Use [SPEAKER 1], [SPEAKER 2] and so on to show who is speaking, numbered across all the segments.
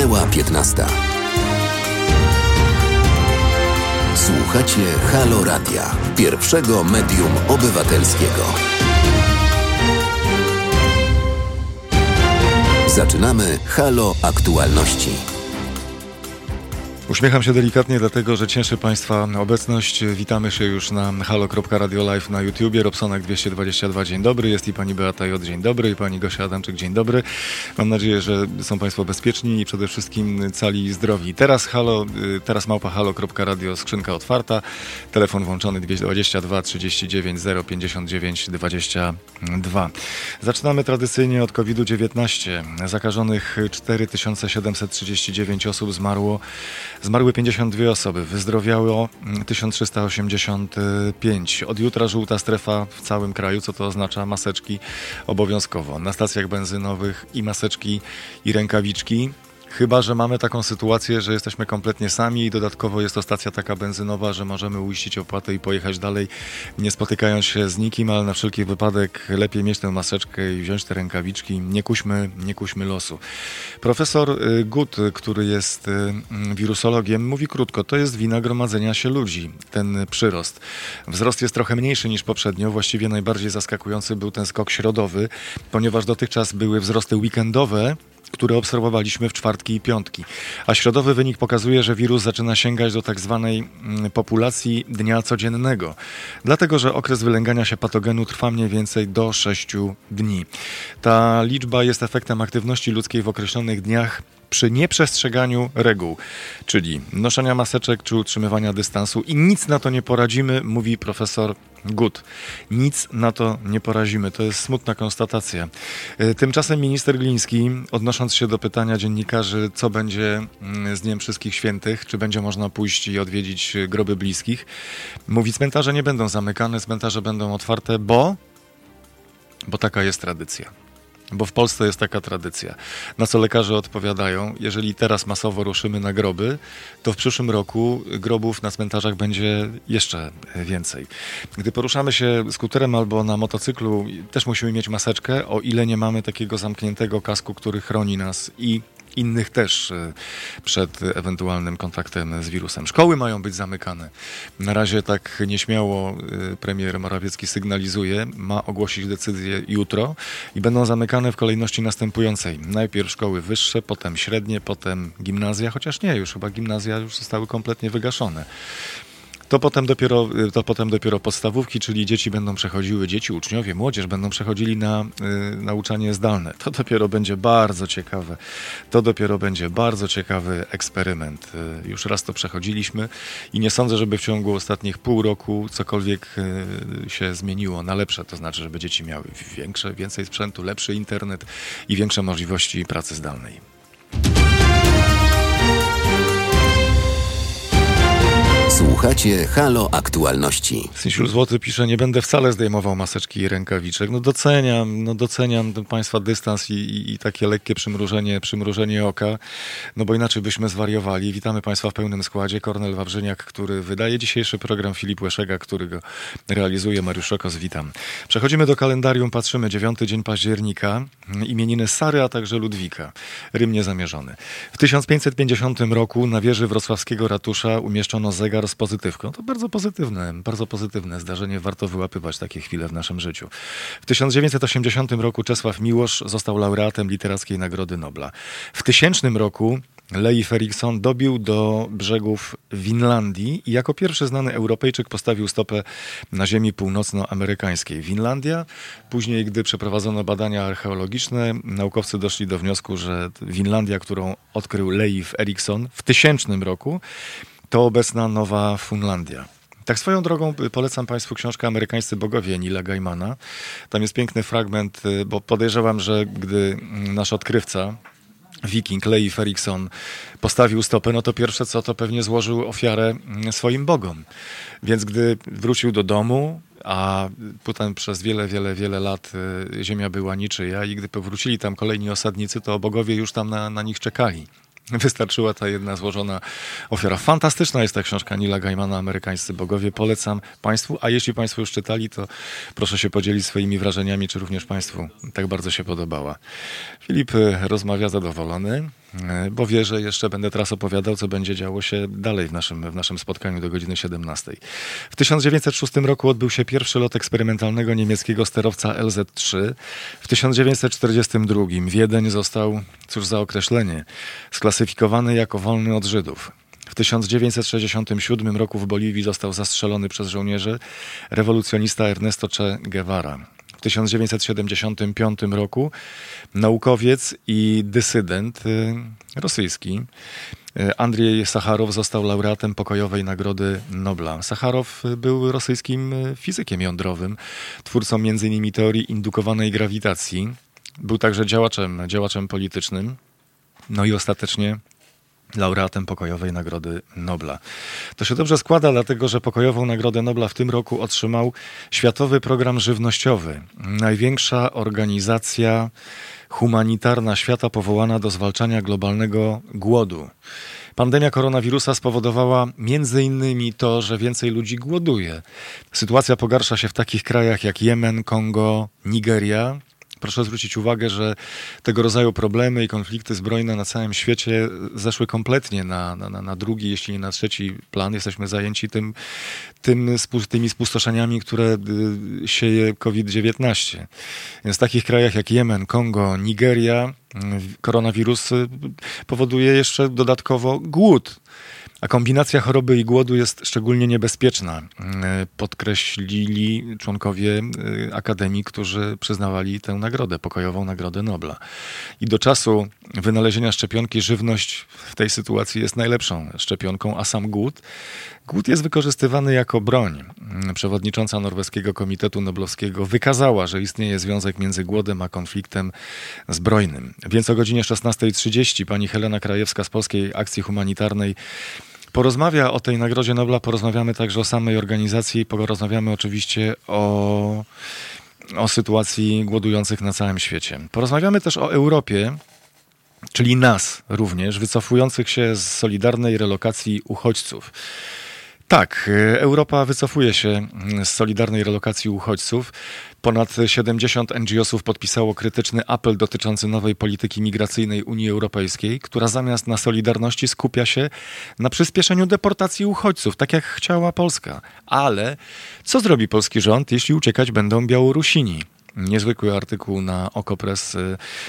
[SPEAKER 1] Minęła 15. Słuchacie Halo Radia, pierwszego medium obywatelskiego. Zaczynamy Halo Aktualności.
[SPEAKER 2] Uśmiecham się delikatnie, dlatego że cieszy Państwa obecność. Witamy się już na halo.radio live na YouTubie. Robsonak 222, dzień dobry. Jest i pani Beata J, dzień dobry. I pani Gosia Adamczyk, dzień dobry. Mam nadzieję, że są Państwo bezpieczni i przede wszystkim cali i zdrowi. Teraz małpa halo.radio, skrzynka otwarta. Telefon włączony 222 39 059 22. Zaczynamy tradycyjnie od COVID-19. Zakażonych 4739 osób Zmarły 52 osoby, wyzdrowiało 1385. Od jutra żółta strefa w całym kraju, co to oznacza? Maseczki obowiązkowo. Na stacjach benzynowych i maseczki, i rękawiczki. Chyba że mamy taką sytuację, że jesteśmy kompletnie sami i dodatkowo jest to stacja taka benzynowa, że możemy uiścić opłatę i pojechać dalej, nie spotykając się z nikim, ale na wszelki wypadek lepiej mieć tę maseczkę i wziąć te rękawiczki. Nie kuśmy losu. Profesor Gut, który jest wirusologiem, mówi krótko, to jest wina gromadzenia się ludzi, ten przyrost. Wzrost jest trochę mniejszy niż poprzednio, właściwie najbardziej zaskakujący był ten skok środowy, ponieważ dotychczas były wzrosty weekendowe, które obserwowaliśmy w czwartki i piątki. A środowy wynik pokazuje, że wirus zaczyna sięgać do tak zwanej populacji dnia codziennego. Dlatego, że okres wylęgania się patogenu trwa mniej więcej do 6 dni. Ta liczba jest efektem aktywności ludzkiej w określonych dniach przy nieprzestrzeganiu reguł, czyli noszenia maseczek czy utrzymywania dystansu i nic na to nie poradzimy, mówi profesor Gut. Nic na to nie poradzimy. To jest smutna konstatacja. Tymczasem minister Gliński, odnosząc się do pytania dziennikarzy, co będzie z Dniem Wszystkich Świętych, czy będzie można pójść i odwiedzić groby bliskich, mówi, cmentarze nie będą zamykane, cmentarze będą otwarte, bo taka jest tradycja. Bo w Polsce jest taka tradycja. Na co lekarze odpowiadają, jeżeli teraz masowo ruszymy na groby, to w przyszłym roku grobów na cmentarzach będzie jeszcze więcej. Gdy poruszamy się skuterem albo na motocyklu, też musimy mieć maseczkę, o ile nie mamy takiego zamkniętego kasku, który chroni nas i innych też przed ewentualnym kontaktem z wirusem. Szkoły mają być zamykane. Na razie tak nieśmiało premier Morawiecki sygnalizuje, ma ogłosić decyzję jutro i będą zamykane w kolejności następującej. Najpierw szkoły wyższe, potem średnie, potem gimnazja, chociaż nie, już chyba gimnazja już zostały kompletnie wygaszone. To potem dopiero podstawówki, czyli dzieci, uczniowie, młodzież będą przechodzili na nauczanie zdalne. To dopiero będzie bardzo ciekawy eksperyment. Już raz to przechodziliśmy i nie sądzę, żeby w ciągu ostatnich pół roku cokolwiek się zmieniło na lepsze. To znaczy, żeby dzieci miały więcej sprzętu, lepszy internet i większe możliwości pracy zdalnej.
[SPEAKER 1] Słuchacie Halo Aktualności.
[SPEAKER 2] Synsiul Złoty pisze, nie będę wcale zdejmował maseczki i rękawiczek. Doceniam Państwa dystans i takie lekkie przymrużenie oka, bo inaczej byśmy zwariowali. Witamy Państwa w pełnym składzie. Kornel Wawrzyniak, który wydaje dzisiejszy program, Filip Łeszega, który go realizuje, Mariusz Szokos, witam. Przechodzimy do kalendarium, patrzymy, 9 dzień października, imieniny Sary, a także Ludwika. Rym niezamierzony. W 1550 roku na wieży wrocławskiego ratusza umieszczono zegar z pozytywką. To bardzo pozytywne zdarzenie. Warto wyłapywać takie chwile w naszym życiu. W 1980 roku Czesław Miłosz został laureatem Literackiej Nagrody Nobla. W 1000 roku Leif Erikson dobił do brzegów Winlandii i jako pierwszy znany Europejczyk postawił stopę na ziemi północnoamerykańskiej. Winlandia, później gdy przeprowadzono badania archeologiczne, naukowcy doszli do wniosku, że Winlandia, którą odkrył Leif Erikson w 1000 roku, to obecna Nowa Funlandia. Tak swoją drogą polecam Państwu książkę Amerykańscy bogowie Neila Gaimana. Tam jest piękny fragment, bo podejrzewam, że gdy nasz odkrywca, Wiking Leif Erikson, postawił stopę, no to pierwsze co, to pewnie złożył ofiarę swoim bogom. Więc gdy wrócił do domu, a potem przez wiele lat ziemia była niczyja i gdy powrócili tam kolejni osadnicy, to bogowie już tam na nich czekali. Wystarczyła ta jedna złożona ofiara. Fantastyczna jest ta książka Neila Gaimana, Amerykańscy bogowie. Polecam Państwu, a jeśli Państwo już czytali, to proszę się podzielić swoimi wrażeniami, czy również Państwu tak bardzo się podobała. Filip rozmawia zadowolony. bo wie, że jeszcze będę teraz opowiadał, co będzie działo się dalej w naszym spotkaniu do godziny 17. W 1906 roku odbył się pierwszy lot eksperymentalnego niemieckiego sterowca LZ-3. W 1942 Wiedeń został, cóż za określenie, sklasyfikowany jako wolny od Żydów. W 1967 roku w Boliwii został zastrzelony przez żołnierzy rewolucjonista Ernesto Che Guevara. W 1975 roku naukowiec i dysydent rosyjski Andrzej Sacharow został laureatem pokojowej Nagrody Nobla. Sacharow był rosyjskim fizykiem jądrowym, twórcą m.in. teorii indukowanej grawitacji. Był także działaczem politycznym, no i ostatecznie laureatem pokojowej Nagrody Nobla. To się dobrze składa, dlatego że pokojową Nagrodę Nobla w tym roku otrzymał Światowy Program Żywnościowy, największa organizacja humanitarna świata powołana do zwalczania globalnego głodu. Pandemia koronawirusa spowodowała m.in. to, że więcej ludzi głoduje. Sytuacja pogarsza się w takich krajach jak Jemen, Kongo, Nigeria. Proszę zwrócić uwagę, że tego rodzaju problemy i konflikty zbrojne na całym świecie zeszły kompletnie na drugi, jeśli nie na trzeci plan. Jesteśmy zajęci tymi spustoszeniami, które sieje COVID-19. Więc w takich krajach jak Jemen, Kongo, Nigeria koronawirus powoduje jeszcze dodatkowo głód. A kombinacja choroby i głodu jest szczególnie niebezpieczna, podkreślili członkowie Akademii, którzy przyznawali tę nagrodę, pokojową Nagrodę Nobla. I do czasu wynalezienia szczepionki żywność w tej sytuacji jest najlepszą szczepionką, a sam głód jest wykorzystywany jako broń. Przewodnicząca Norweskiego Komitetu Noblowskiego wykazała, że istnieje związek między głodem a konfliktem zbrojnym. Więc o godzinie 16:30 pani Helena Krajewska z Polskiej Akcji Humanitarnej porozmawia o tej Nagrodzie Nobla, porozmawiamy także o samej organizacji, porozmawiamy oczywiście o sytuacji głodujących na całym świecie. Porozmawiamy też o Europie, czyli nas również, wycofujących się z solidarnej relokacji uchodźców. Tak, Europa wycofuje się z solidarnej relokacji uchodźców. Ponad 70 NGO-sów podpisało krytyczny apel dotyczący nowej polityki migracyjnej Unii Europejskiej, która zamiast na solidarności skupia się na przyspieszeniu deportacji uchodźców, tak jak chciała Polska. Ale co zrobi polski rząd, jeśli uciekać będą Białorusini? Niezwykły artykuł na Okopres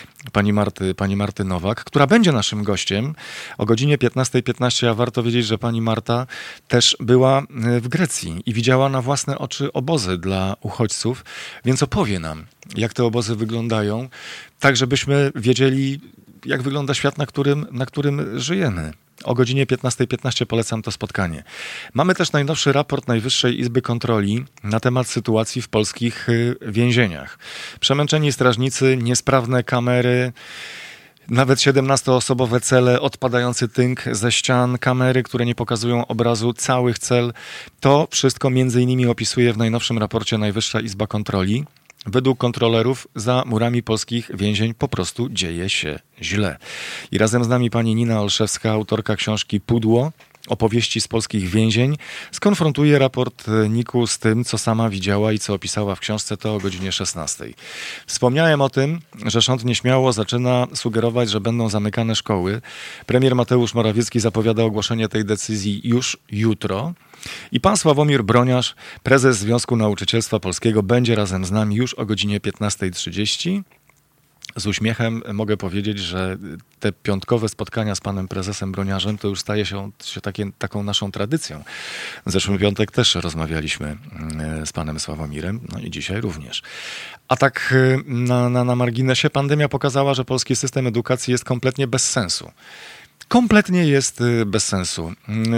[SPEAKER 2] pani Marty Nowak, która będzie naszym gościem o godzinie 15:15, a warto wiedzieć, że pani Marta też była w Grecji i widziała na własne oczy obozy dla uchodźców, więc opowie nam, jak te obozy wyglądają, tak żebyśmy wiedzieli, jak wygląda świat, na którym żyjemy. O godzinie 15:15 polecam to spotkanie. Mamy też najnowszy raport Najwyższej Izby Kontroli na temat sytuacji w polskich więzieniach. Przemęczeni strażnicy, niesprawne kamery, nawet 17-osobowe cele, odpadający tynk ze ścian, kamery, które nie pokazują obrazu całych cel. To wszystko między innymi opisuje w najnowszym raporcie Najwyższa Izba Kontroli. Według kontrolerów za murami polskich więzień po prostu dzieje się źle. I razem z nami pani Nina Olszewska, autorka książki Pudło, opowieści z polskich więzień, skonfrontuje raport NIK-u z tym, co sama widziała i co opisała w książce, to o godzinie 16:00. Wspomniałem o tym, że rząd nieśmiało zaczyna sugerować, że będą zamykane szkoły. Premier Mateusz Morawiecki zapowiada ogłoszenie tej decyzji już jutro. I pan Sławomir Broniarz, prezes Związku Nauczycielstwa Polskiego, będzie razem z nami już o godzinie 15:30. Z uśmiechem mogę powiedzieć, że te piątkowe spotkania z panem prezesem Broniarzem to już staje się taką naszą tradycją. W zeszłym piątek też rozmawialiśmy z panem Sławomirem, no i dzisiaj również. A tak na marginesie, pandemia pokazała, że polski system edukacji jest kompletnie bez sensu. Kompletnie jest bez sensu.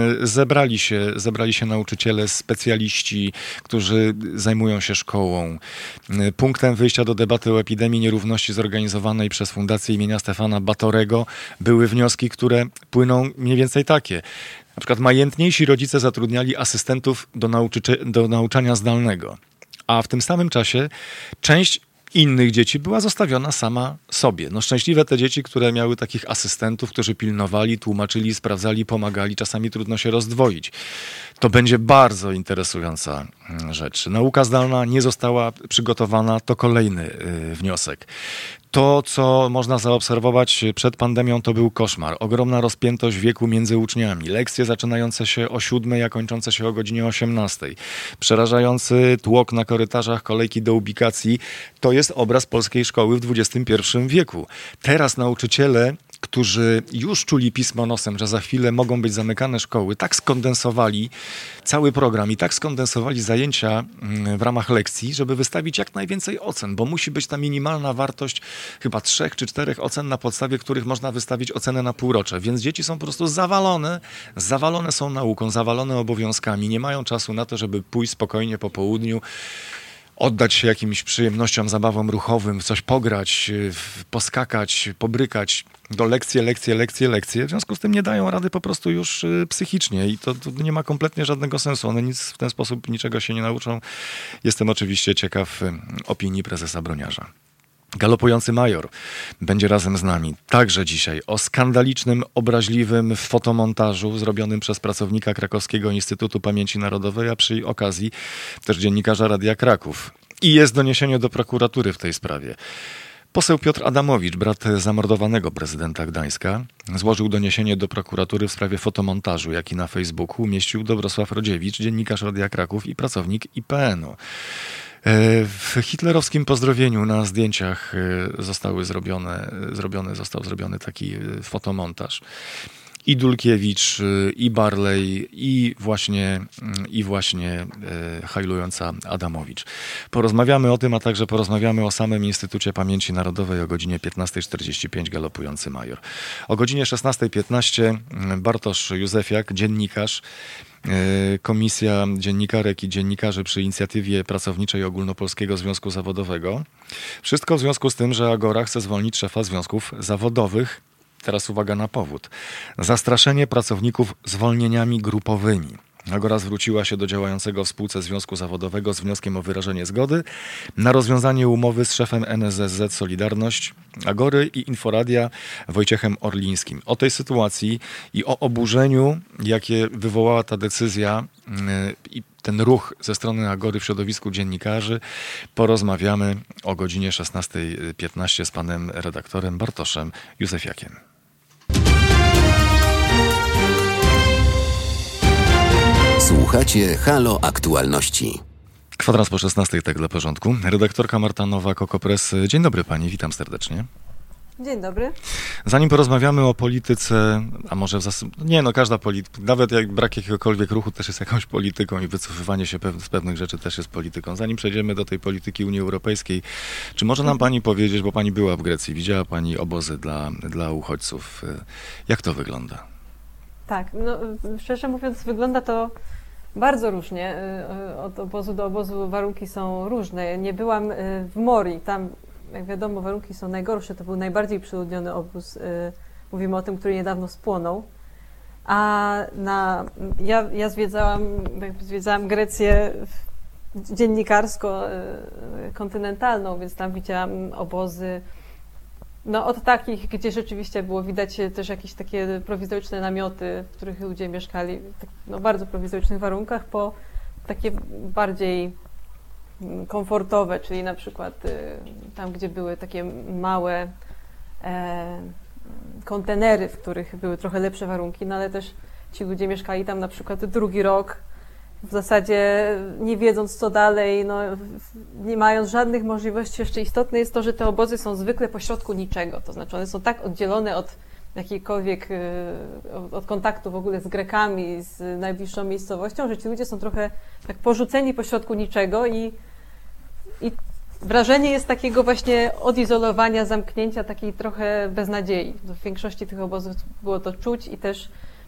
[SPEAKER 2] Zebrali się nauczyciele, specjaliści, którzy zajmują się szkołą. Punktem wyjścia do debaty o epidemii nierówności zorganizowanej przez Fundację imienia Stefana Batorego były wnioski, które płyną mniej więcej takie. Na przykład majętniejsi rodzice zatrudniali asystentów do nauczania zdalnego. A w tym samym czasie część innych dzieci była zostawiona sama sobie. No szczęśliwe te dzieci, które miały takich asystentów, którzy pilnowali, tłumaczyli, sprawdzali, pomagali, czasami trudno się rozdwoić. To będzie bardzo interesująca rzecz. Nauka zdalna nie została przygotowana, to kolejny wniosek. To, co można zaobserwować przed pandemią, to był koszmar. Ogromna rozpiętość wieku między uczniami. Lekcje zaczynające się o 7, a kończące się o godzinie 18. Przerażający tłok na korytarzach, kolejki do ubikacji. To jest obraz polskiej szkoły w XXI wieku. Teraz nauczyciele, którzy już czuli pismo nosem, że za chwilę mogą być zamykane szkoły, tak skondensowali cały program i tak skondensowali zajęcia w ramach lekcji, żeby wystawić jak najwięcej ocen, bo musi być ta minimalna wartość chyba 3 czy 4 ocen, na podstawie których można wystawić ocenę na półrocze. Więc dzieci są po prostu zawalone są nauką, zawalone obowiązkami, nie mają czasu na to, żeby pójść spokojnie po południu, oddać się jakimś przyjemnościom, zabawom ruchowym, coś pograć, poskakać, pobrykać, do lekcje. W związku z tym nie dają rady po prostu już psychicznie i to nie ma kompletnie żadnego sensu. One nic w ten sposób niczego się nie nauczą. Jestem oczywiście ciekaw opinii prezesa Broniarza. Galopujący major będzie razem z nami także dzisiaj o skandalicznym, obraźliwym fotomontażu zrobionym przez pracownika Krakowskiego Instytutu Pamięci Narodowej, a przy okazji też dziennikarza Radia Kraków. I jest doniesienie do prokuratury w tej sprawie. Poseł Piotr Adamowicz, brat zamordowanego prezydenta Gdańska, złożył doniesienie do prokuratury w sprawie fotomontażu, jaki na Facebooku umieścił Dobrosław Rodziewicz, dziennikarz Radia Kraków i pracownik IPN-u. W hitlerowskim pozdrowieniu na zdjęciach został zrobiony taki fotomontaż. I Dulkiewicz, i Barley, i właśnie hajlująca Adamowicz. Porozmawiamy o tym, a także porozmawiamy o samym Instytucie Pamięci Narodowej o godzinie 15:45 galopujący major. O godzinie 16:15 Bartosz Józefiak, dziennikarz, Komisja Dziennikarek i Dziennikarzy przy inicjatywie pracowniczej Ogólnopolskiego Związku Zawodowego. Wszystko w związku z tym, że Agora chce zwolnić szefa związków zawodowych. Teraz uwaga na powód. Zastraszenie pracowników zwolnieniami grupowymi. Agora zwróciła się do działającego w spółce Związku Zawodowego z wnioskiem o wyrażenie zgody na rozwiązanie umowy z szefem NSZZ Solidarność Agory i Inforadia Wojciechem Orlińskim. O tej sytuacji i o oburzeniu, jakie wywołała ta decyzja i ten ruch ze strony Agory w środowisku dziennikarzy, porozmawiamy o godzinie 16:15 z panem redaktorem Bartoszem Józefiakiem.
[SPEAKER 1] Słuchacie Halo Aktualności.
[SPEAKER 2] Kwadrans po 16, tak dla porządku. Redaktorka Marta Nowak-Okopres. Dzień dobry pani, witam serdecznie.
[SPEAKER 3] Dzień dobry.
[SPEAKER 2] Zanim porozmawiamy o polityce, a może każda polityka, nawet jak brak jakiegokolwiek ruchu też jest jakąś polityką i wycofywanie się z pewnych rzeczy też jest polityką. Zanim przejdziemy do tej polityki Unii Europejskiej, czy może nam pani powiedzieć, bo pani była w Grecji, widziała pani obozy dla uchodźców. Jak to wygląda?
[SPEAKER 3] Tak, szczerze mówiąc wygląda to bardzo różnie. Od obozu do obozu warunki są różne. Nie byłam w Mori, tam jak wiadomo warunki są najgorsze. To był najbardziej przeludniony obóz. Mówimy o tym, który niedawno spłonął. Ja zwiedzałam Grecję dziennikarsko-kontynentalną, więc tam widziałam obozy od takich, gdzie rzeczywiście było widać też jakieś takie prowizoryczne namioty, w których ludzie mieszkali w bardzo prowizorycznych warunkach, po takie bardziej komfortowe, czyli na przykład tam, gdzie były takie małe kontenery, w których były trochę lepsze warunki, ale też ci ludzie mieszkali tam na przykład drugi rok, w zasadzie nie wiedząc co dalej, nie mając żadnych możliwości. Jeszcze istotne jest to, że te obozy są zwykle pośrodku niczego, to znaczy one są tak oddzielone od jakiejkolwiek, od kontaktu w ogóle z Grekami, z najbliższą miejscowością, że ci ludzie są trochę tak porzuceni pośrodku niczego i wrażenie jest takiego właśnie odizolowania, zamknięcia, takiej trochę beznadziei. W większości tych obozów było to czuć i też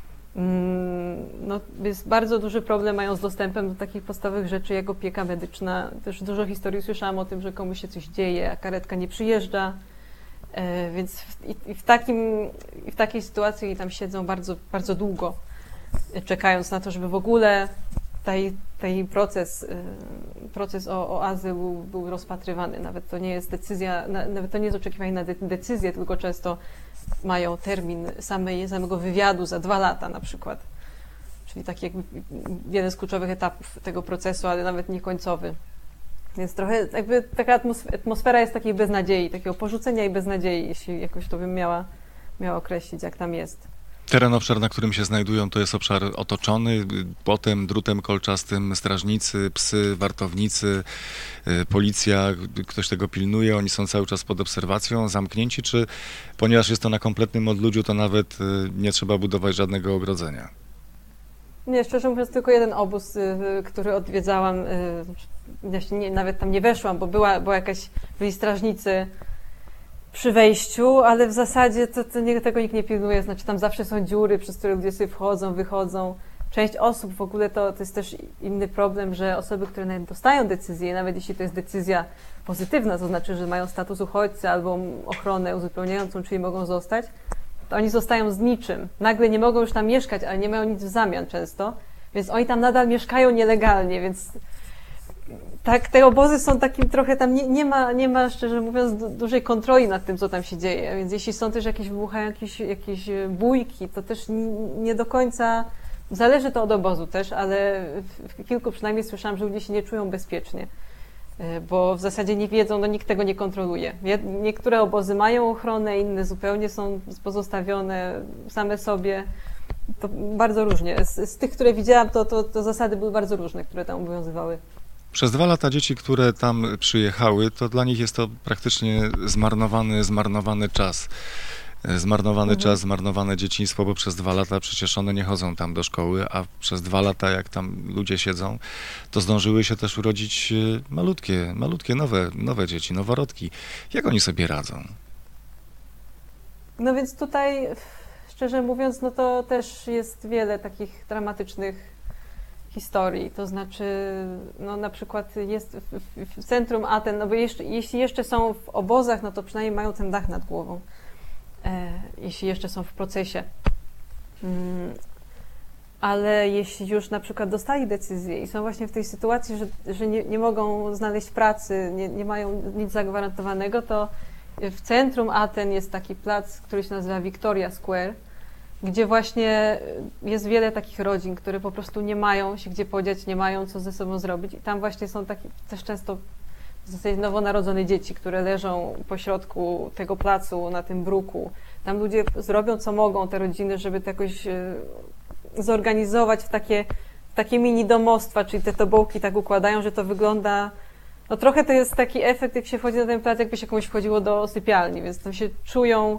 [SPEAKER 3] jest bardzo duży problem mają z dostępem do takich podstawowych rzeczy jak opieka medyczna. Też dużo historii słyszałam o tym, że komuś się coś dzieje, a karetka nie przyjeżdża. Więc w takiej sytuacji tam siedzą bardzo, bardzo długo, czekając na to, żeby w ogóle ten proces o azyl był rozpatrywany. Nawet to nie jest decyzja, nawet to nie jest oczekiwanie na decyzję, tylko często mają termin samego wywiadu za 2 lata na przykład. Czyli taki jakby jeden z kluczowych etapów tego procesu, ale nawet nie końcowy. Więc trochę jakby taka atmosfera jest takiej beznadziei, takiego porzucenia i beznadziei, jeśli jakoś to bym miała określić, jak tam jest.
[SPEAKER 2] Teren, obszar, na którym się znajdują, to jest obszar otoczony płotem, drutem kolczastym, strażnicy, psy, wartownicy, policja, ktoś tego pilnuje, oni są cały czas pod obserwacją, zamknięci, czy ponieważ jest to na kompletnym odludziu, to nawet nie trzeba budować żadnego ogrodzenia?
[SPEAKER 3] Nie, szczerze mówiąc, tylko jeden obóz, który odwiedzałam, nawet tam nie weszłam, bo byli strażnicy przy wejściu, ale w zasadzie tego nikt nie pilnuje, znaczy tam zawsze są dziury, przez które ludzie sobie wchodzą, wychodzą. Część osób w ogóle to jest też inny problem, że osoby, które nawet dostają decyzję, nawet jeśli to jest decyzja pozytywna, to znaczy, że mają status uchodźcy albo ochronę uzupełniającą, czyli mogą zostać, to oni zostają z niczym. Nagle nie mogą już tam mieszkać, ale nie mają nic w zamian często, więc oni tam nadal mieszkają nielegalnie, więc tak, te obozy są takim trochę tam, nie ma szczerze mówiąc dużej kontroli nad tym, co tam się dzieje, więc jeśli są też wybuchają jakieś bójki, to też nie do końca, zależy to od obozu też, ale w kilku przynajmniej słyszałam, że ludzie się nie czują bezpiecznie, bo w zasadzie nie wiedzą, nikt tego nie kontroluje. Niektóre obozy mają ochronę, inne zupełnie są pozostawione same sobie, to bardzo różnie. Z tych, które widziałam, to zasady były bardzo różne, które tam obowiązywały.
[SPEAKER 2] Przez 2 lata dzieci, które tam przyjechały, to dla nich jest to praktycznie zmarnowany czas. Zmarnowany czas, zmarnowane dzieciństwo, bo przez 2 lata przecież one nie chodzą tam do szkoły, a przez 2 lata, jak tam ludzie siedzą, to zdążyły się też urodzić malutkie nowe dzieci, noworodki. Jak oni sobie radzą?
[SPEAKER 3] No więc tutaj, szczerze mówiąc, no to też jest wiele takich dramatycznych historii, to znaczy, no na przykład jest w centrum Aten, no bo jeśli jeszcze są w obozach, no to przynajmniej mają ten dach nad głową, jeśli jeszcze są w procesie. Ale jeśli już na przykład dostali decyzję i są właśnie w tej sytuacji, że nie mogą znaleźć pracy, nie mają nic zagwarantowanego, to w centrum Aten jest taki plac, który się nazywa Victoria Square, gdzie właśnie jest wiele takich rodzin, które po prostu nie mają się gdzie podziać, nie mają co ze sobą zrobić. I tam właśnie są takie też często w zasadzie nowonarodzone dzieci, które leżą pośrodku tego placu, na tym bruku. Tam ludzie zrobią co mogą, te rodziny, żeby to jakoś zorganizować w takie mini domostwa, czyli te tobołki tak układają, że to wygląda... No trochę to jest taki efekt, jak się wchodzi na ten plac, jakby się komuś wchodziło do sypialni, więc tam się czują...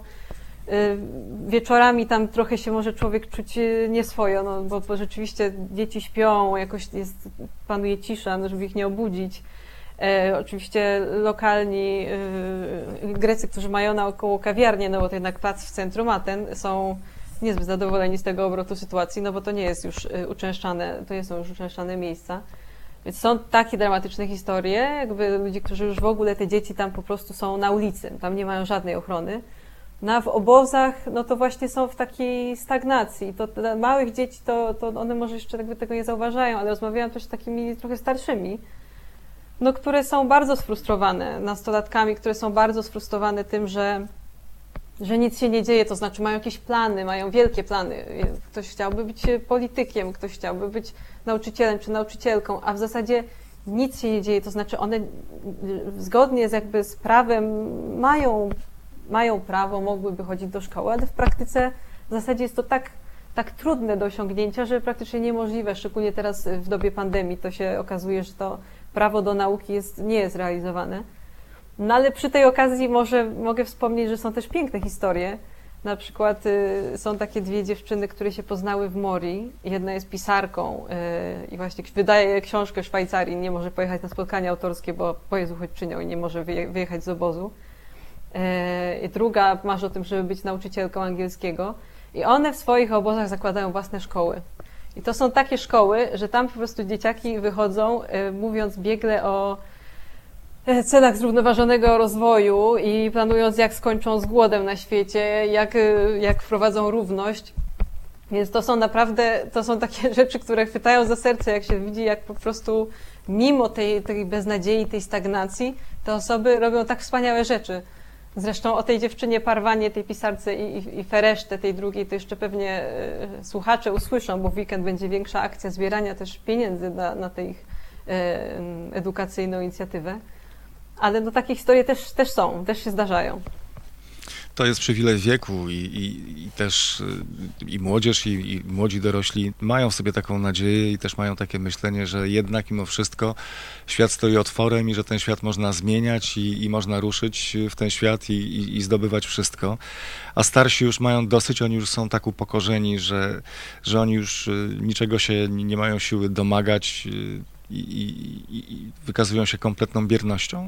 [SPEAKER 3] Wieczorami tam trochę się może człowiek czuć nieswojo, no, bo rzeczywiście dzieci śpią, jakoś panuje cisza, no, żeby ich nie obudzić. Oczywiście lokalni Grecy, którzy mają naokoło kawiarnię, no bo to jednak plac w centrum Aten, są niezbyt zadowoleni z tego obrotu sytuacji, no bo to nie jest już uczęszczane, to nie są już uczęszczane miejsca. Więc są takie dramatyczne historie, jakby ludzi, którzy już w ogóle te dzieci tam po prostu są na ulicy, tam nie mają żadnej ochrony. No a w obozach, no to właśnie są w takiej stagnacji. To dla małych dzieci, to one może jeszcze jakby tego nie zauważają, ale rozmawiałam też z takimi trochę starszymi, no które są bardzo sfrustrowane, nastolatkami, które są bardzo sfrustrowane tym, że nic się nie dzieje, to znaczy mają jakieś plany, mają wielkie plany. Ktoś chciałby być politykiem, ktoś chciałby być nauczycielem czy nauczycielką, a w zasadzie nic się nie dzieje, to znaczy one zgodnie z prawem mają prawo, mogłyby chodzić do szkoły, ale w praktyce w zasadzie jest to tak trudne do osiągnięcia, że praktycznie niemożliwe, szczególnie teraz w dobie pandemii to się okazuje, że to prawo do nauki nie jest realizowane. No ale przy tej okazji mogę wspomnieć, że są też piękne historie. Na przykład są takie 2 dziewczyny, które się poznały w Mori. Jedna jest pisarką i właśnie wydaje książkę w Szwajcarii, nie może pojechać na spotkanie autorskie, bo jest uchodźczynią i nie może wyjechać z obozu. Druga marzy o tym, żeby być nauczycielką angielskiego i one w swoich obozach zakładają własne szkoły. I to są takie szkoły, że tam po prostu dzieciaki wychodzą, mówiąc biegle o celach zrównoważonego rozwoju i planując, jak skończą z głodem na świecie, jak wprowadzą równość. Więc to są naprawdę, to są takie rzeczy, które chwytają za serce, jak się widzi, jak po prostu mimo tej beznadziei, tej stagnacji, te osoby robią tak wspaniałe rzeczy. Zresztą o tej dziewczynie Parwanie, tej pisarce i Fereszte, tej drugiej, to jeszcze pewnie słuchacze usłyszą, bo w weekend będzie większa akcja zbierania też pieniędzy na tę ich edukacyjną inicjatywę. Ale no takie historie też są, też się zdarzają.
[SPEAKER 2] To jest przywilej wieku i też i młodzież, i młodzi dorośli mają w sobie taką nadzieję i też mają takie myślenie, że jednak mimo wszystko świat stoi otworem i że ten świat można zmieniać i można ruszyć w ten świat i zdobywać wszystko. A starsi już mają dosyć, oni już są tak upokorzeni, że oni już niczego się nie mają siły domagać i wykazują się kompletną biernością.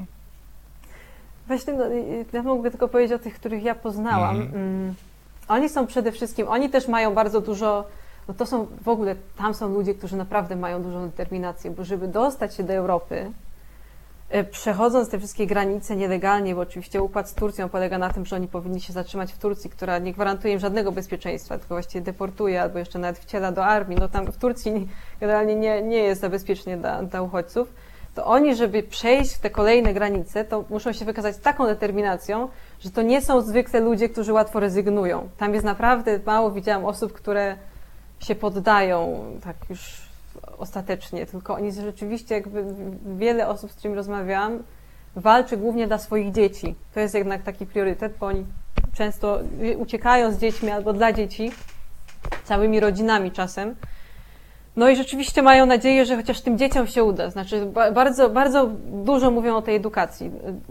[SPEAKER 3] Właśnie, no, ja mogę tylko powiedzieć o tych, których ja poznałam. Oni są przede wszystkim, oni też mają bardzo dużo, no to są w ogóle, tam są ludzie, którzy naprawdę mają dużą determinację, bo żeby dostać się do Europy, przechodząc te wszystkie granice nielegalnie, bo oczywiście układ z Turcją polega na tym, że oni powinni się zatrzymać w Turcji, która nie gwarantuje im żadnego bezpieczeństwa, tylko właściwie deportuje albo jeszcze nawet wciela do armii. No tam w Turcji generalnie nie jest za bezpiecznie dla uchodźców. To oni, żeby przejść te kolejne granice, to muszą się wykazać taką determinacją, że to nie są zwykle ludzie, którzy łatwo rezygnują. Tam jest naprawdę mało, widziałam osób, które się poddają tak już ostatecznie, tylko oni rzeczywiście, jakby wiele osób, z którymi rozmawiałam, walczy głównie dla swoich dzieci. To jest jednak taki priorytet, bo oni często uciekają z dziećmi albo dla dzieci, całymi rodzinami czasem. No i rzeczywiście mają nadzieję, że chociaż tym dzieciom się uda. Znaczy bardzo, bardzo dużo mówią o tej edukacji.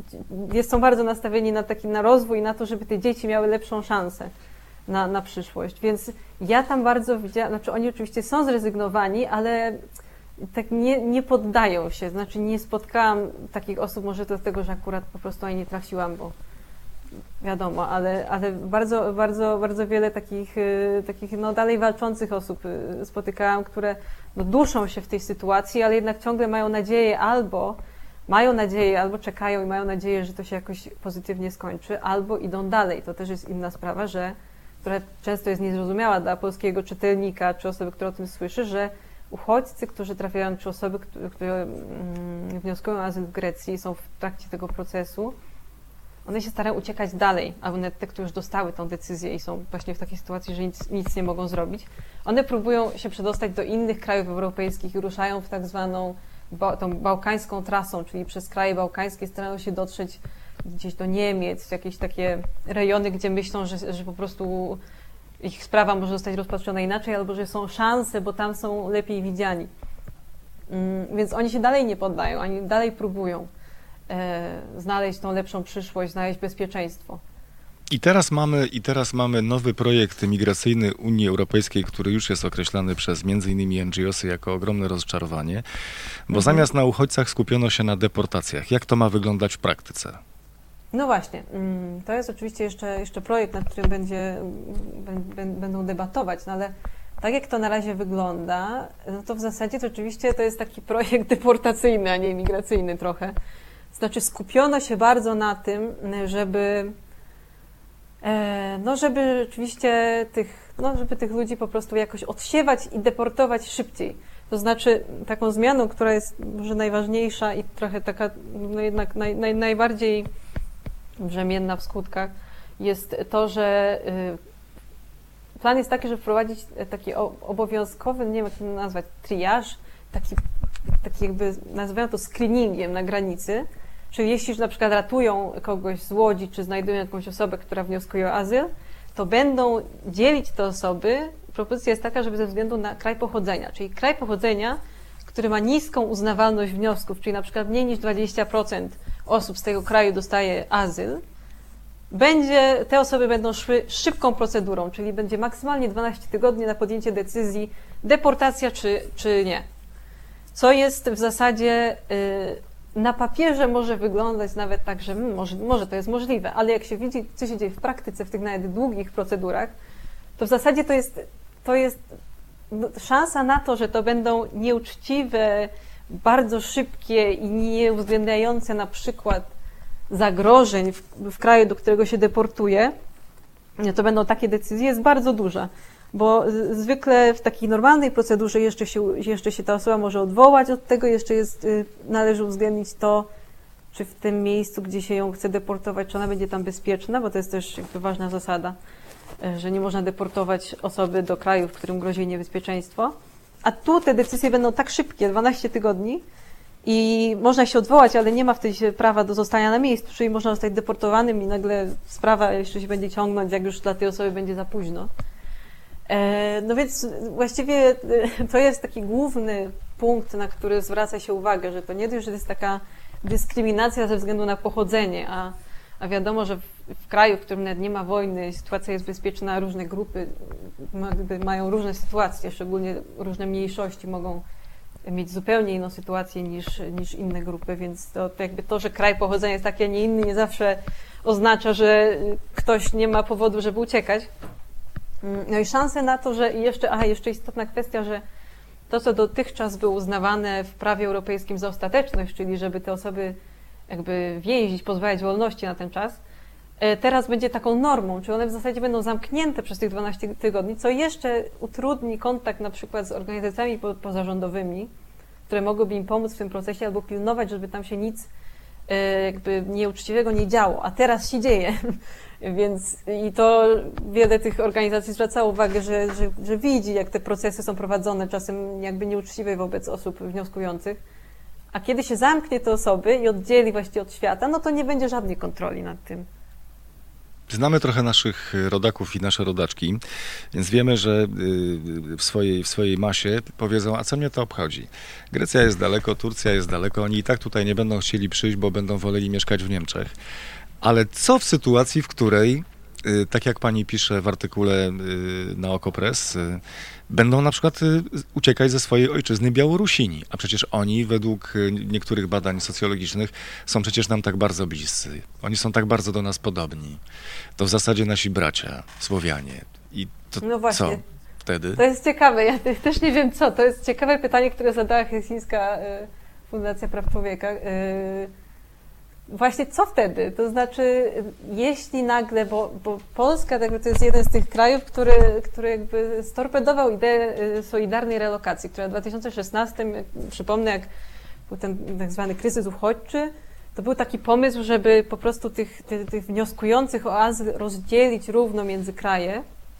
[SPEAKER 3] Są bardzo nastawieni na rozwój i na to, żeby te dzieci miały lepszą szansę na przyszłość. Więc ja tam bardzo widziałam, znaczy oni oczywiście są zrezygnowani, ale tak nie poddają się. Znaczy nie spotkałam takich osób, może to dlatego, że akurat po prostu nie trafiłam, bo wiadomo, ale bardzo, bardzo, bardzo wiele takich no, dalej walczących osób spotykałam, które no, duszą się w tej sytuacji, ale jednak ciągle mają nadzieję, albo czekają i mają nadzieję, że to się jakoś pozytywnie skończy, albo idą dalej. To też jest inna sprawa, która często jest niezrozumiała dla polskiego czytelnika, czy osoby, która o tym słyszy, że uchodźcy, którzy trafiają, czy osoby, które wnioskują o azyl w Grecji, są w trakcie tego procesu, one się starają uciekać dalej, a nawet te, które już dostały tą decyzję i są właśnie w takiej sytuacji, że nic nie mogą zrobić, one próbują się przedostać do innych krajów europejskich i ruszają w tak zwaną tą bałkańską trasą, czyli przez kraje bałkańskie starają się dotrzeć gdzieś do Niemiec, w jakieś takie rejony, gdzie myślą, że po prostu ich sprawa może zostać rozpatrzona inaczej, albo że są szanse, bo tam są lepiej widziani. Więc oni się dalej nie poddają, oni dalej próbują znaleźć tą lepszą przyszłość, znaleźć bezpieczeństwo.
[SPEAKER 2] I teraz mamy nowy projekt migracyjny Unii Europejskiej, który już jest określany przez m.in. NGO-sy jako ogromne rozczarowanie, bo zamiast na uchodźcach skupiono się na deportacjach. Jak to ma wyglądać w praktyce?
[SPEAKER 3] No właśnie, to jest oczywiście jeszcze projekt, nad którym będą debatować, no ale tak jak to na razie wygląda, no to w zasadzie to oczywiście to jest taki projekt deportacyjny, a nie migracyjny trochę. Znaczy skupiono się bardzo na tym, żeby rzeczywiście żeby tych ludzi po prostu jakoś odsiewać i deportować szybciej. To znaczy taką zmianą, która jest może najważniejsza i trochę taka no jednak najbardziej brzemienna w skutkach, jest to, że plan jest taki, żeby wprowadzić taki obowiązkowy, nie wiem jak to nazwać, triaż, taki jakby nazywają to screeningiem na granicy. Czyli jeśli na przykład ratują kogoś z łodzi, czy znajdują jakąś osobę, która wnioskuje o azyl, to będą dzielić te osoby. Propozycja jest taka, żeby ze względu na kraj pochodzenia, czyli kraj pochodzenia, który ma niską uznawalność wniosków, czyli na przykład mniej niż 20% osób z tego kraju dostaje azyl, te osoby będą szły szybką procedurą, czyli będzie maksymalnie 12 tygodni na podjęcie decyzji deportacja czy nie. Co jest w zasadzie na papierze może wyglądać nawet tak, że może to jest możliwe, ale jak się widzi, co się dzieje w praktyce, w tych nawet długich procedurach, to w zasadzie to jest szansa na to, że to będą nieuczciwe, bardzo szybkie i nie uwzględniające na przykład zagrożeń w kraju, do którego się deportuje, to będą takie decyzje, jest bardzo duża. bo zwykle w takiej normalnej procedurze jeszcze się ta osoba może odwołać od tego, jeszcze należy uwzględnić to, czy w tym miejscu, gdzie się ją chce deportować, czy ona będzie tam bezpieczna, bo to jest też jakby ważna zasada, że nie można deportować osoby do kraju, w którym grozi niebezpieczeństwo. A tu te decyzje będą tak szybkie, 12 tygodni, i można się odwołać, ale nie ma wtedy prawa do zostania na miejscu, czyli można zostać deportowanym i nagle sprawa jeszcze się będzie ciągnąć, jak już dla tej osoby będzie za późno. No więc właściwie to jest taki główny punkt, na który zwraca się uwagę, że to nie dość, że to jest taka dyskryminacja ze względu na pochodzenie, a wiadomo, że w kraju, w którym nawet nie ma wojny, sytuacja jest bezpieczna, różne grupy mają różne sytuacje, szczególnie różne mniejszości mogą mieć zupełnie inną sytuację niż inne grupy, więc to jakby to, że kraj pochodzenia jest taki, a nie inny, nie zawsze oznacza, że ktoś nie ma powodu, żeby uciekać. No i szanse na to, że jeszcze istotna kwestia, że to, co dotychczas było uznawane w prawie europejskim za ostateczność, czyli żeby te osoby jakby więzić, pozbawiać wolności na ten czas, teraz będzie taką normą, czyli one w zasadzie będą zamknięte przez tych 12 tygodni, co jeszcze utrudni kontakt na przykład z organizacjami pozarządowymi, które mogłyby im pomóc w tym procesie albo pilnować, żeby tam się nic jakby nieuczciwego nie działo, a teraz się dzieje. Więc i to wiele tych organizacji zwracało uwagę, że widzi, jak te procesy są prowadzone, czasem jakby nieuczciwe wobec osób wnioskujących. A kiedy się zamknie te osoby i oddzieli właściwie od świata, no to nie będzie żadnej kontroli nad tym.
[SPEAKER 2] Znamy trochę naszych rodaków i nasze rodaczki, więc wiemy, że w swojej masie powiedzą, a co mnie to obchodzi? Grecja jest daleko, Turcja jest daleko, oni i tak tutaj nie będą chcieli przyjść, bo będą woleli mieszkać w Niemczech. Ale co w sytuacji, w której, tak jak pani pisze w artykule na Okopres, będą na przykład uciekać ze swojej ojczyzny Białorusini, a przecież oni według niektórych badań socjologicznych są przecież nam tak bardzo bliscy. Oni są tak bardzo do nas podobni. To w zasadzie nasi bracia, Słowianie. I to
[SPEAKER 3] no właśnie.
[SPEAKER 2] co wtedy?
[SPEAKER 3] To jest ciekawe, ja też nie wiem co. To jest ciekawe pytanie, które zadała Helsińska Fundacja Praw Człowieka. Właśnie co wtedy? To znaczy, jeśli nagle, bo Polska to jest jeden z tych krajów, który jakby storpedował ideę solidarnej relokacji, która w 2016, przypomnę, jak był ten tak zwany kryzys uchodźczy, to był taki pomysł, żeby po prostu tych wnioskujących o azyl rozdzielić równo między kraje,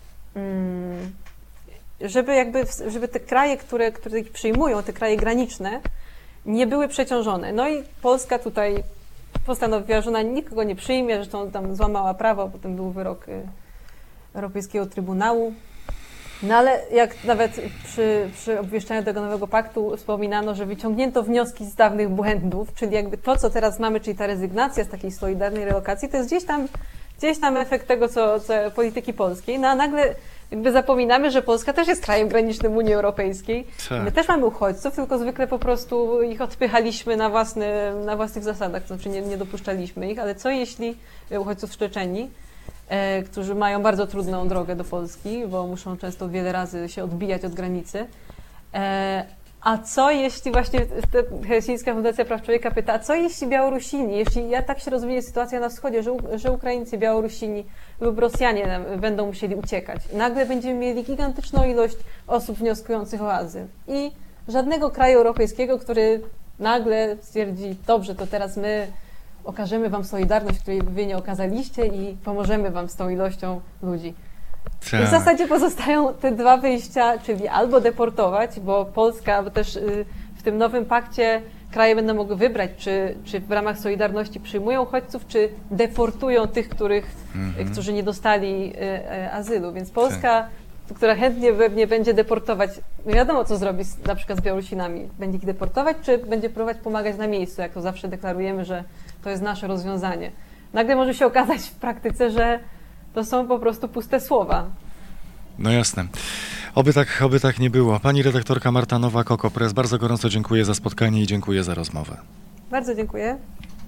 [SPEAKER 3] żeby te kraje, które ich przyjmują, te kraje graniczne, nie były przeciążone. No i Polska tutaj postanowiła, że ona nikogo nie przyjmie, zresztą tam złamała prawo, potem był wyrok Europejskiego Trybunału. No ale jak nawet przy obwieszczaniu tego nowego paktu wspominano, że wyciągnięto wnioski z dawnych błędów, czyli jakby to, co teraz mamy, czyli ta rezygnacja z takiej solidarnej relokacji, to jest gdzieś tam efekt tego, co polityki polskiej. No a nagle jakby zapominamy, że Polska też jest krajem granicznym Unii Europejskiej.
[SPEAKER 2] Tak.
[SPEAKER 3] My też mamy uchodźców, tylko zwykle po prostu ich odpychaliśmy na własnych zasadach, to znaczy nie dopuszczaliśmy ich, ale co jeśli uchodźców z Czeczenii, którzy mają bardzo trudną drogę do Polski, bo muszą często wiele razy się odbijać od granicy. A co jeśli właśnie Helsińska Fundacja Praw Człowieka pyta, a co jeśli Białorusini, ja tak się rozumie sytuacja na wschodzie, że Ukraińcy, Białorusini lub Rosjanie będą musieli uciekać. Nagle będziemy mieli gigantyczną ilość osób wnioskujących o azyl. I żadnego kraju europejskiego, który nagle stwierdzi, dobrze, to teraz my okażemy wam solidarność, której wy nie okazaliście i pomożemy wam z tą ilością ludzi.
[SPEAKER 2] Tak.
[SPEAKER 3] I w zasadzie pozostają te dwa wyjścia, czyli albo deportować, bo Polska, bo też w tym nowym pakcie kraje będą mogły wybrać, czy w ramach Solidarności przyjmują uchodźców, czy deportują tych, którzy nie dostali azylu. Więc Polska, która chętnie pewnie będzie deportować, nie wiadomo co zrobi na przykład z Białorusinami. Będzie ich deportować, czy będzie próbować pomagać na miejscu, jak to zawsze deklarujemy, że to jest nasze rozwiązanie. Nagle może się okazać w praktyce, że to są po prostu puste słowa.
[SPEAKER 2] No jasne. Oby tak nie było. Pani redaktorka Marta Nowak-Okopres, bardzo gorąco dziękuję za spotkanie i dziękuję za rozmowę.
[SPEAKER 3] Bardzo dziękuję.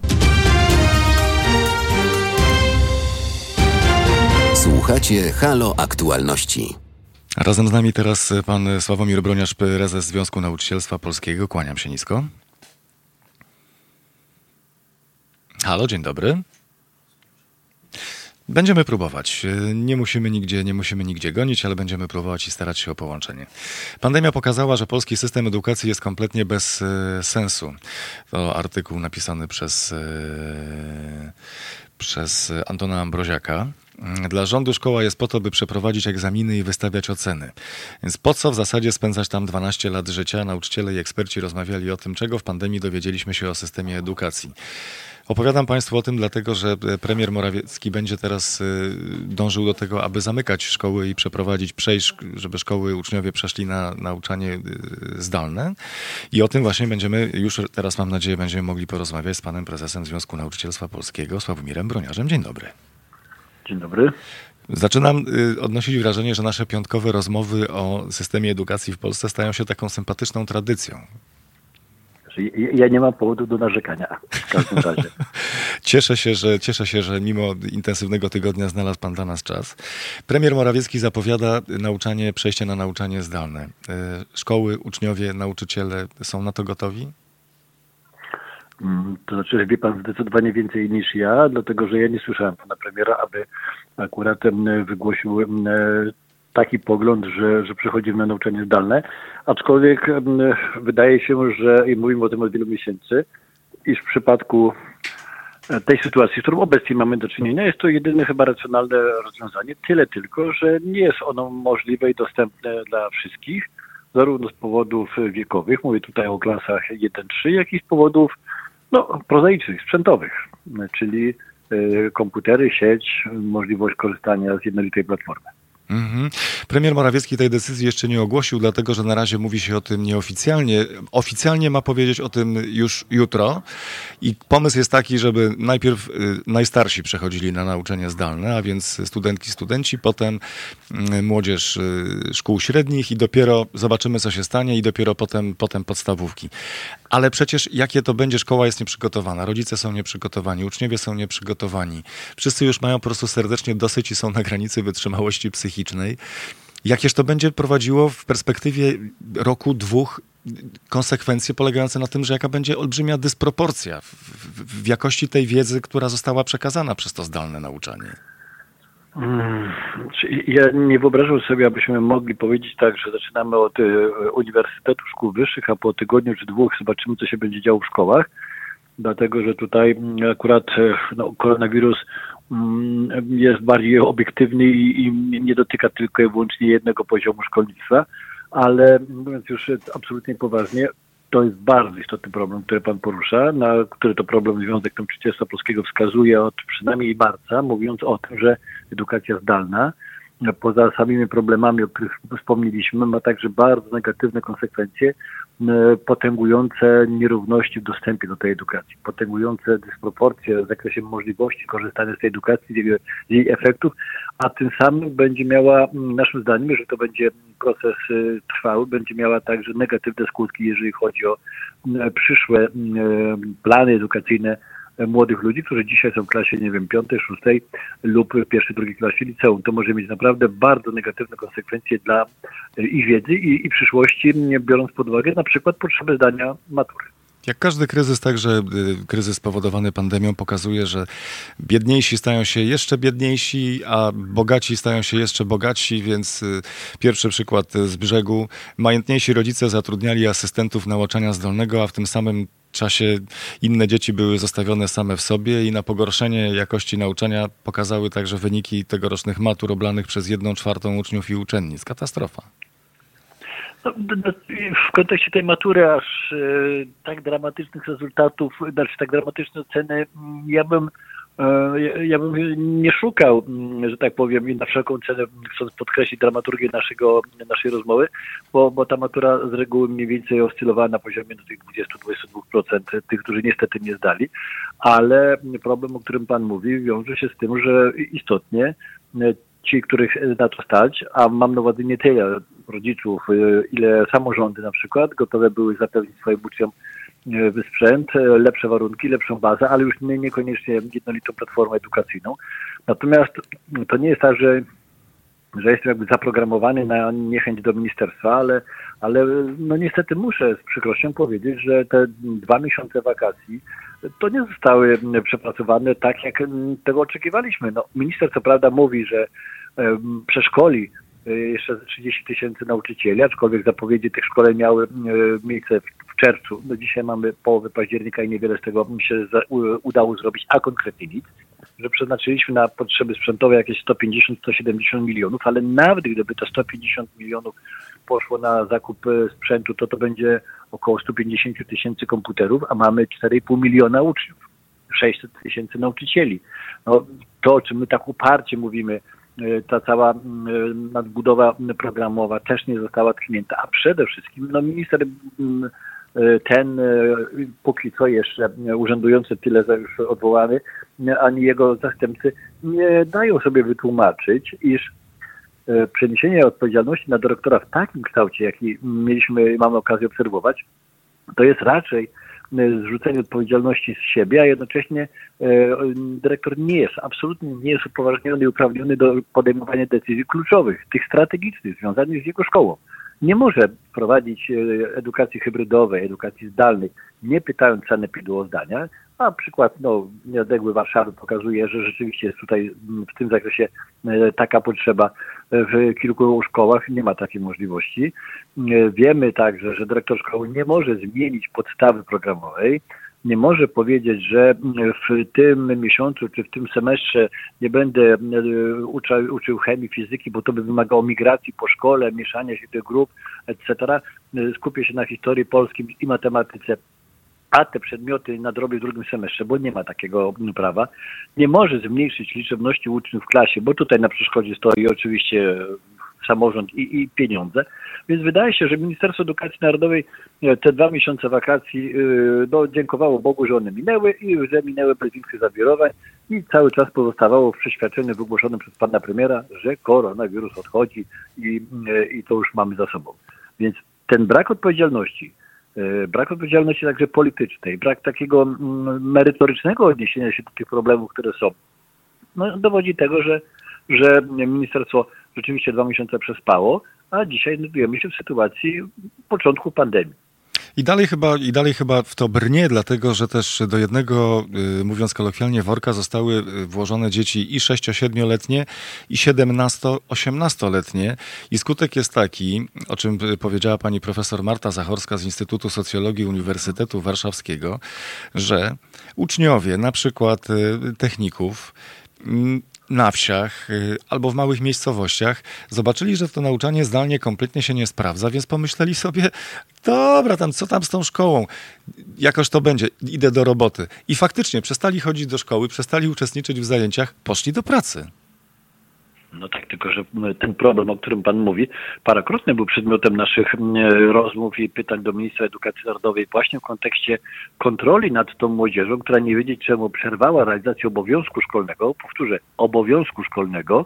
[SPEAKER 1] Słuchacie Halo Aktualności.
[SPEAKER 2] Razem z nami teraz pan Sławomir Broniarz, prezes Związku Nauczycielstwa Polskiego. Kłaniam się nisko. Halo, dzień dobry. Będziemy próbować. Nie musimy nigdzie gonić, ale będziemy próbować i starać się o połączenie. Pandemia pokazała, że polski system edukacji jest kompletnie bez sensu. To artykuł napisany przez Antona Ambroziaka. Dla rządu szkoła jest po to, by przeprowadzić egzaminy i wystawiać oceny. Więc po co w zasadzie spędzać tam 12 lat życia? Nauczyciele i eksperci rozmawiali o tym, czego w pandemii dowiedzieliśmy się o systemie edukacji. Opowiadam Państwu o tym dlatego, że premier Morawiecki będzie teraz dążył do tego, aby zamykać szkoły i przejść, żeby szkoły, uczniowie przeszli na nauczanie zdalne. I o tym właśnie już teraz mam nadzieję, będziemy mogli porozmawiać z panem prezesem Związku Nauczycielstwa Polskiego, Sławomirem Broniarzem. Dzień dobry.
[SPEAKER 4] Dzień dobry.
[SPEAKER 2] Zaczynam odnosić wrażenie, że nasze piątkowe rozmowy o systemie edukacji w Polsce stają się taką sympatyczną tradycją.
[SPEAKER 4] Ja nie mam powodu do narzekania w każdym razie.
[SPEAKER 2] Cieszę się, że mimo intensywnego tygodnia znalazł pan dla nas czas. Premier Morawiecki zapowiada przejście na nauczanie zdalne. Szkoły, uczniowie, nauczyciele są na to gotowi?
[SPEAKER 4] To znaczy, że wie pan zdecydowanie więcej niż ja, dlatego że ja nie słyszałem pana premiera, aby akurat wygłosił taki pogląd, że przechodzimy na nauczanie zdalne, aczkolwiek wydaje się, że i mówimy o tym od wielu miesięcy, iż w przypadku tej sytuacji, z którą obecnie mamy do czynienia, jest to jedyne chyba racjonalne rozwiązanie, tyle tylko, że nie jest ono możliwe i dostępne dla wszystkich, zarówno z powodów wiekowych, mówię tutaj o klasach 1-3, jak i z powodów prozaicznych, sprzętowych, czyli komputery, sieć, możliwość korzystania z jednolitej platformy.
[SPEAKER 2] Premier Morawiecki tej decyzji jeszcze nie ogłosił, dlatego że na razie mówi się o tym nieoficjalnie. Oficjalnie ma powiedzieć o tym już jutro i pomysł jest taki, żeby najpierw najstarsi przechodzili na nauczanie zdalne, a więc studenci, potem młodzież szkół średnich i dopiero zobaczymy, co się stanie i dopiero potem podstawówki. Ale przecież jakie to będzie, szkoła jest nieprzygotowana, rodzice są nieprzygotowani, uczniowie są nieprzygotowani. Wszyscy już mają po prostu serdecznie dosyć i są na granicy wytrzymałości psychicznej. Jakież to będzie prowadziło w perspektywie roku, 2 konsekwencje polegające na tym, że jaka będzie olbrzymia dysproporcja w jakości tej wiedzy, która została przekazana przez to zdalne nauczanie?
[SPEAKER 4] Ja nie wyobrażam sobie, abyśmy mogli powiedzieć tak, że zaczynamy od uniwersytetu, szkół wyższych, a po tygodniu czy 2 zobaczymy, co się będzie działo w szkołach, dlatego że tutaj akurat koronawirus jest bardziej obiektywny i nie dotyka tylko i wyłącznie jednego poziomu szkolnictwa, ale mówiąc już absolutnie poważnie, to jest bardzo istotny problem, który pan porusza, na który to problem Związek Nauczycielstwa Polskiego wskazuje od przynajmniej marca, mówiąc o tym, że edukacja zdalna, poza samymi problemami, o których wspomnieliśmy, ma także bardzo negatywne konsekwencje potęgujące nierówności w dostępie do tej edukacji, potęgujące dysproporcje w zakresie możliwości korzystania z tej edukacji, z jej efektów, a tym samym będzie miała, naszym zdaniem, że to będzie proces trwały, będzie miała także negatywne skutki, jeżeli chodzi o przyszłe plany edukacyjne młodych ludzi, którzy dzisiaj są w klasie, 5., 6. lub 1., 2. klasie liceum. To może mieć naprawdę bardzo negatywne konsekwencje dla ich wiedzy i przyszłości, biorąc pod uwagę na przykład potrzebę zdania matury.
[SPEAKER 2] Jak każdy kryzys, także kryzys spowodowany pandemią pokazuje, że biedniejsi stają się jeszcze biedniejsi, a bogaci stają się jeszcze bogatsi, więc pierwszy przykład z brzegu. Majętniejsi rodzice zatrudniali asystentów nauczania zdalnego, a w tym samym czasie inne dzieci były zostawione same w sobie i na pogorszenie jakości nauczania pokazały także wyniki tegorocznych matur oblanych przez 1/4 uczniów i uczennic. Katastrofa.
[SPEAKER 4] W kontekście tej matury aż tak dramatycznych rezultatów, tak dramatyczne oceny, ja bym nie szukał, że tak powiem, i na wszelką cenę chcąc podkreślić dramaturgię naszej rozmowy, bo ta matura z reguły mniej więcej oscylowała na poziomie do tych 20-22% tych, którzy niestety nie zdali, ale problem, o którym pan mówi, wiąże się z tym, że istotnie ci, których na to stać, a mam na uwadze nie tyle rodziców, ile samorządy na przykład gotowe były zapewnić swoim uczniom sprzęt, lepsze warunki, lepszą bazę, ale już niekoniecznie jednolitą platformę edukacyjną. Natomiast to nie jest tak, że jestem jakby zaprogramowany na niechęć do ministerstwa, ale niestety muszę z przykrością powiedzieć, że te 2 miesiące wakacji to nie zostały przepracowane tak, jak tego oczekiwaliśmy. No, minister co prawda mówi, że przeszkoli jeszcze 30 000 nauczycieli, aczkolwiek zapowiedzi tych szkoleń miały miejsce w czerwcu. No dzisiaj mamy połowę października i niewiele z tego mi się udało zrobić, a konkretnie nic. Że przeznaczyliśmy na potrzeby sprzętowe jakieś 150-170 milionów, ale nawet gdyby te 150 milionów poszło na zakup sprzętu, to będzie około 150 000 komputerów, a mamy 4,5 miliona uczniów, 600 000 nauczycieli. No, to, o czym my tak uparcie mówimy, ta cała nadbudowa programowa też nie została tknięta, a przede wszystkim minister ten póki co jeszcze urzędujący tyle już odwołany, ani jego zastępcy nie dają sobie wytłumaczyć, iż przeniesienie odpowiedzialności na dyrektora w takim kształcie, jaki mamy okazję obserwować, to jest raczej zrzucenie odpowiedzialności z siebie, a jednocześnie dyrektor absolutnie nie jest upoważniony i uprawniony do podejmowania decyzji kluczowych, tych strategicznych, związanych z jego szkołą. Nie może prowadzić edukacji hybrydowej, edukacji zdalnej, nie pytając sanepidu o zdania, a przykład nieodległy Warszawy pokazuje, że rzeczywiście jest tutaj w tym zakresie taka potrzeba w kilku szkołach, nie ma takiej możliwości. Wiemy także, że dyrektor szkoły nie może zmienić podstawy programowej, nie może powiedzieć, że w tym miesiącu czy w tym semestrze nie będę uczył chemii, fizyki, bo to by wymagało migracji po szkole, mieszania się tych grup, etc. Skupię się na historii polskim i matematyce, a te przedmioty nadrobię w drugim semestrze, bo nie ma takiego prawa. Nie może zmniejszyć liczebności uczniów w klasie, bo tutaj na przeszkodzie stoi oczywiście samorząd i pieniądze. Więc wydaje się, że Ministerstwo Edukacji Narodowej te 2 miesiące wakacji dziękowało Bogu, że one minęły i że minęły bez większych zawirowań i cały czas pozostawało w przeświadczeniu wygłoszonym przez pana premiera, że koronawirus odchodzi i to już mamy za sobą. Więc ten brak odpowiedzialności także politycznej, brak takiego merytorycznego odniesienia się do tych problemów, które są, dowodzi tego, że ministerstwo rzeczywiście 2 miesiące przespało, a dzisiaj znajdujemy się w sytuacji początku pandemii.
[SPEAKER 2] I dalej chyba w to brnie, dlatego że też do jednego, mówiąc kolokwialnie, worka zostały włożone dzieci i 6-7-letnie, i 17-18-letnie. I skutek jest taki, o czym powiedziała pani profesor Marta Zachorska z Instytutu Socjologii Uniwersytetu Warszawskiego, że uczniowie, na przykład techników, na wsiach albo w małych miejscowościach zobaczyli, że to nauczanie zdalnie kompletnie się nie sprawdza, więc pomyśleli sobie, dobra, co tam z tą szkołą? Jakoś to będzie, idę do roboty. I faktycznie przestali chodzić do szkoły, przestali uczestniczyć w zajęciach, poszli do pracy.
[SPEAKER 4] No tak, tylko że ten problem, o którym pan mówi, parokrotnie był przedmiotem naszych rozmów i pytań do ministra edukacji narodowej właśnie w kontekście kontroli nad tą młodzieżą, która nie wiedzieć czemu przerwała realizację obowiązku szkolnego, powtórzę, obowiązku szkolnego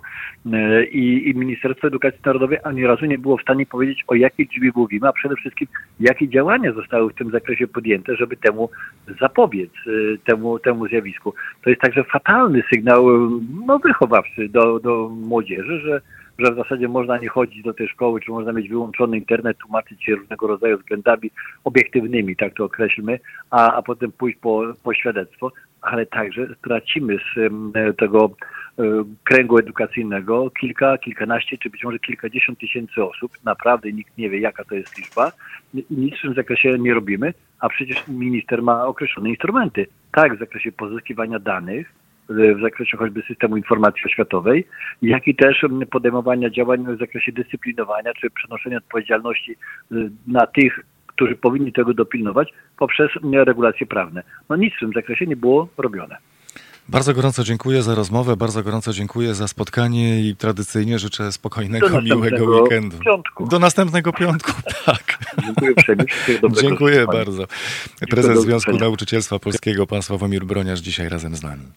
[SPEAKER 4] i Ministerstwo Edukacji Narodowej ani razu nie było w stanie powiedzieć, o jakiej liczbie mówimy, a przede wszystkim jakie działania zostały w tym zakresie podjęte, żeby temu zapobiec, temu zjawisku. To jest także fatalny sygnał wychowawczy do młodzieży, że w zasadzie można nie chodzić do tej szkoły, czy można mieć wyłączony internet, tłumaczyć się różnego rodzaju względami obiektywnymi, tak to określmy, a potem pójść po świadectwo, ale także stracimy z tego kręgu edukacyjnego kilkanaście, czy być może kilkadziesiąt tysięcy osób. Naprawdę nikt nie wie, jaka to jest liczba. Nic w tym zakresie nie robimy, a przecież minister ma określone instrumenty, tak w zakresie pozyskiwania danych, w zakresie choćby systemu informacji oświatowej, jak i też podejmowania działań w zakresie dyscyplinowania czy przenoszenia odpowiedzialności na tych, którzy powinni tego dopilnować poprzez regulacje prawne. Nic w tym zakresie nie było robione.
[SPEAKER 2] Bardzo gorąco dziękuję za rozmowę, bardzo gorąco dziękuję za spotkanie i tradycyjnie życzę spokojnego, miłego weekendu.
[SPEAKER 4] Piątku.
[SPEAKER 2] Do następnego piątku, tak.
[SPEAKER 4] Dziękuję uprzejmie.
[SPEAKER 2] Dziękuję bardzo. Prezes Związku Nauczycielstwa Polskiego, pan Sławomir Broniarz, dzisiaj razem z nami.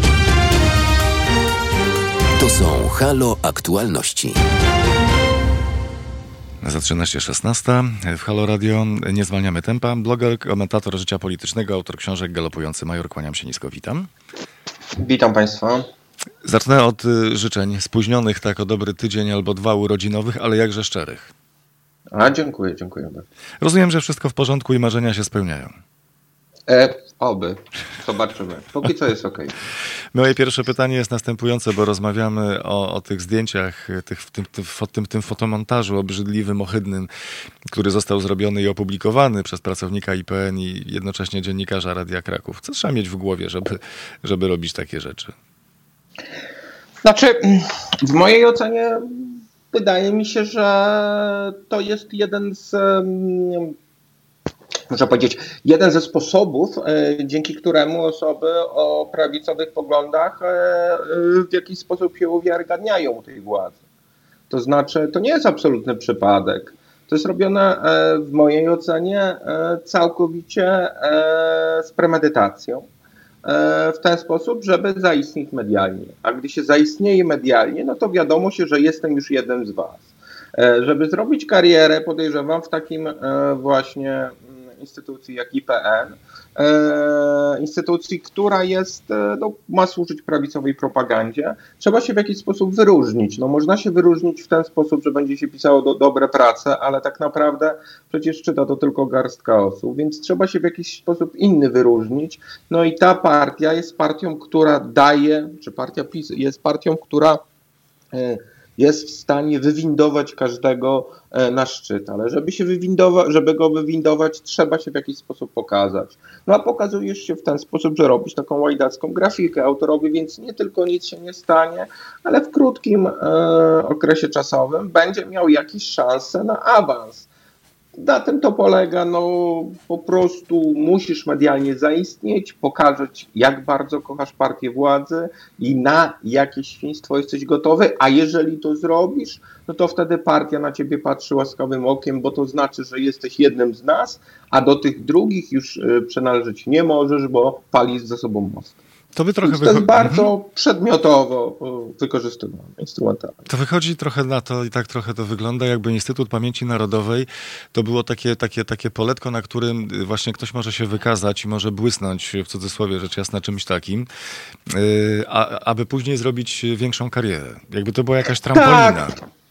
[SPEAKER 1] To są Halo Aktualności.
[SPEAKER 2] Za 13:16 w Halo Radio nie zwalniamy tempa. Bloger, komentator życia politycznego, autor książek Galopujący Major. Kłaniam się nisko, witam.
[SPEAKER 5] Witam Państwa.
[SPEAKER 2] Zacznę od życzeń spóźnionych, tak o dobry tydzień albo 2 urodzinowych, ale jakże szczerych.
[SPEAKER 5] Dziękuję.
[SPEAKER 2] Rozumiem, że wszystko w porządku i marzenia się spełniają.
[SPEAKER 5] Oby. Zobaczymy. Póki co jest okej.
[SPEAKER 2] Moje pierwsze pytanie jest następujące, bo rozmawiamy o tych zdjęciach, tym fotomontażu obrzydliwym, ohydnym, który został zrobiony i opublikowany przez pracownika IPN i jednocześnie dziennikarza Radia Kraków. Co trzeba mieć w głowie, żeby robić takie rzeczy?
[SPEAKER 5] Znaczy, w mojej ocenie wydaje mi się, że to jest jeden z, można powiedzieć, jeden ze sposobów, dzięki któremu osoby o prawicowych poglądach w jakiś sposób się uwiarygadniają tej władzy. To znaczy, to nie jest absolutny przypadek. To jest robione w mojej ocenie całkowicie z premedytacją. W ten sposób, żeby zaistnieć medialnie. A gdy się zaistnieje medialnie, no to wiadomo się, że jestem już jednym z was. Żeby zrobić karierę, podejrzewam, w takim właśnie instytucji jak IPN, instytucji, która jest, no, ma służyć prawicowej propagandzie, trzeba się w jakiś sposób wyróżnić. No, można się wyróżnić w ten sposób, że będzie się pisało dobre prace, ale tak naprawdę przecież czyta to tylko garstka osób, więc trzeba się w jakiś sposób inny wyróżnić. No i ta partia jest partią, która daje, czy partia PiS jest partią, która jest w stanie wywindować każdego na szczyt, ale żeby go wywindować, trzeba się w jakiś sposób pokazać. No a pokazujesz się w ten sposób, że robisz taką łajdacką grafikę autorowi, więc nie tylko nic się nie stanie, ale w krótkim okresie czasowym będzie miał jakieś szanse na awans. Na tym to polega, no po prostu musisz medialnie zaistnieć, pokazać, jak bardzo kochasz partię władzy i na jakie świństwo jesteś gotowy, a jeżeli to zrobisz, no to wtedy partia na ciebie patrzy łaskawym okiem, bo to znaczy, że jesteś jednym z nas, a do tych drugich już przynależeć nie możesz, bo palisz za sobą most.
[SPEAKER 2] To
[SPEAKER 5] jest bardzo przedmiotowo wykorzystywane, instrumentalnie.
[SPEAKER 2] To wychodzi trochę na to i tak trochę to wygląda, jakby Instytut Pamięci Narodowej to było takie poletko, na którym właśnie ktoś może się wykazać i może błysnąć, w cudzysłowie rzecz jasna, czymś takim, aby później zrobić większą karierę. Jakby to była jakaś trampolina.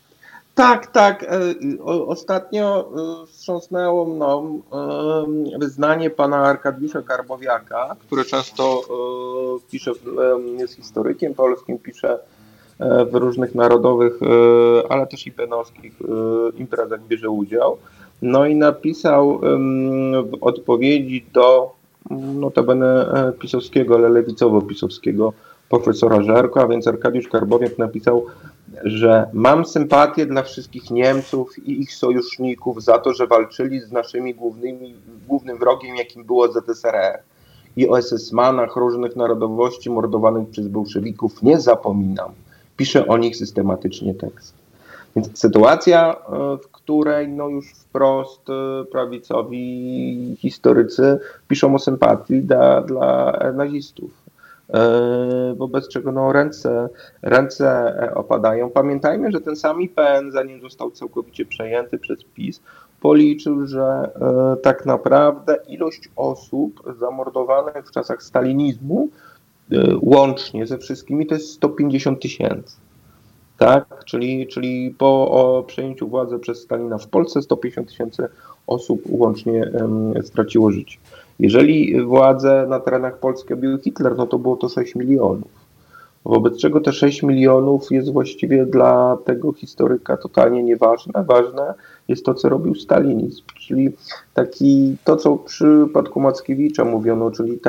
[SPEAKER 5] Tak. Ostatnio wstrząsnęło mną wyznanie pana Arkadiusza Garbowiaka, który często pisze, jest historykiem polskim, pisze w różnych narodowych, ale też i penowskich imprezach bierze udział. No i napisał w odpowiedzi do notabene pisowskiego, ale lewicowo-pisowskiego profesora Żerka, a więc Arkadiusz Garbowiak napisał, że mam sympatię dla wszystkich Niemców i ich sojuszników za to, że walczyli z naszymi głównym wrogiem, jakim było ZSRR. I o SS-manach różnych narodowości mordowanych przez bolszewików nie zapominam. Piszę o nich systematycznie tekst. Więc sytuacja, w której no już wprost prawicowi historycy piszą o sympatii dla nazistów. Wobec czego no, ręce opadają. Pamiętajmy, że ten sam IPN, zanim został całkowicie przejęty przez PiS, policzył, że tak naprawdę ilość osób zamordowanych w czasach stalinizmu łącznie ze wszystkimi to jest 150 000. Tak? Czyli po przejęciu władzy przez Stalina w Polsce 150 000 osób łącznie straciło życie. Jeżeli władzę na terenach Polski objął Hitler, no to było to 6 milionów. Wobec czego te 6 milionów jest właściwie dla tego historyka totalnie nieważne. Ważne jest to, co robił stalinizm, czyli to, co w przypadku Mackiewicza mówiono, czyli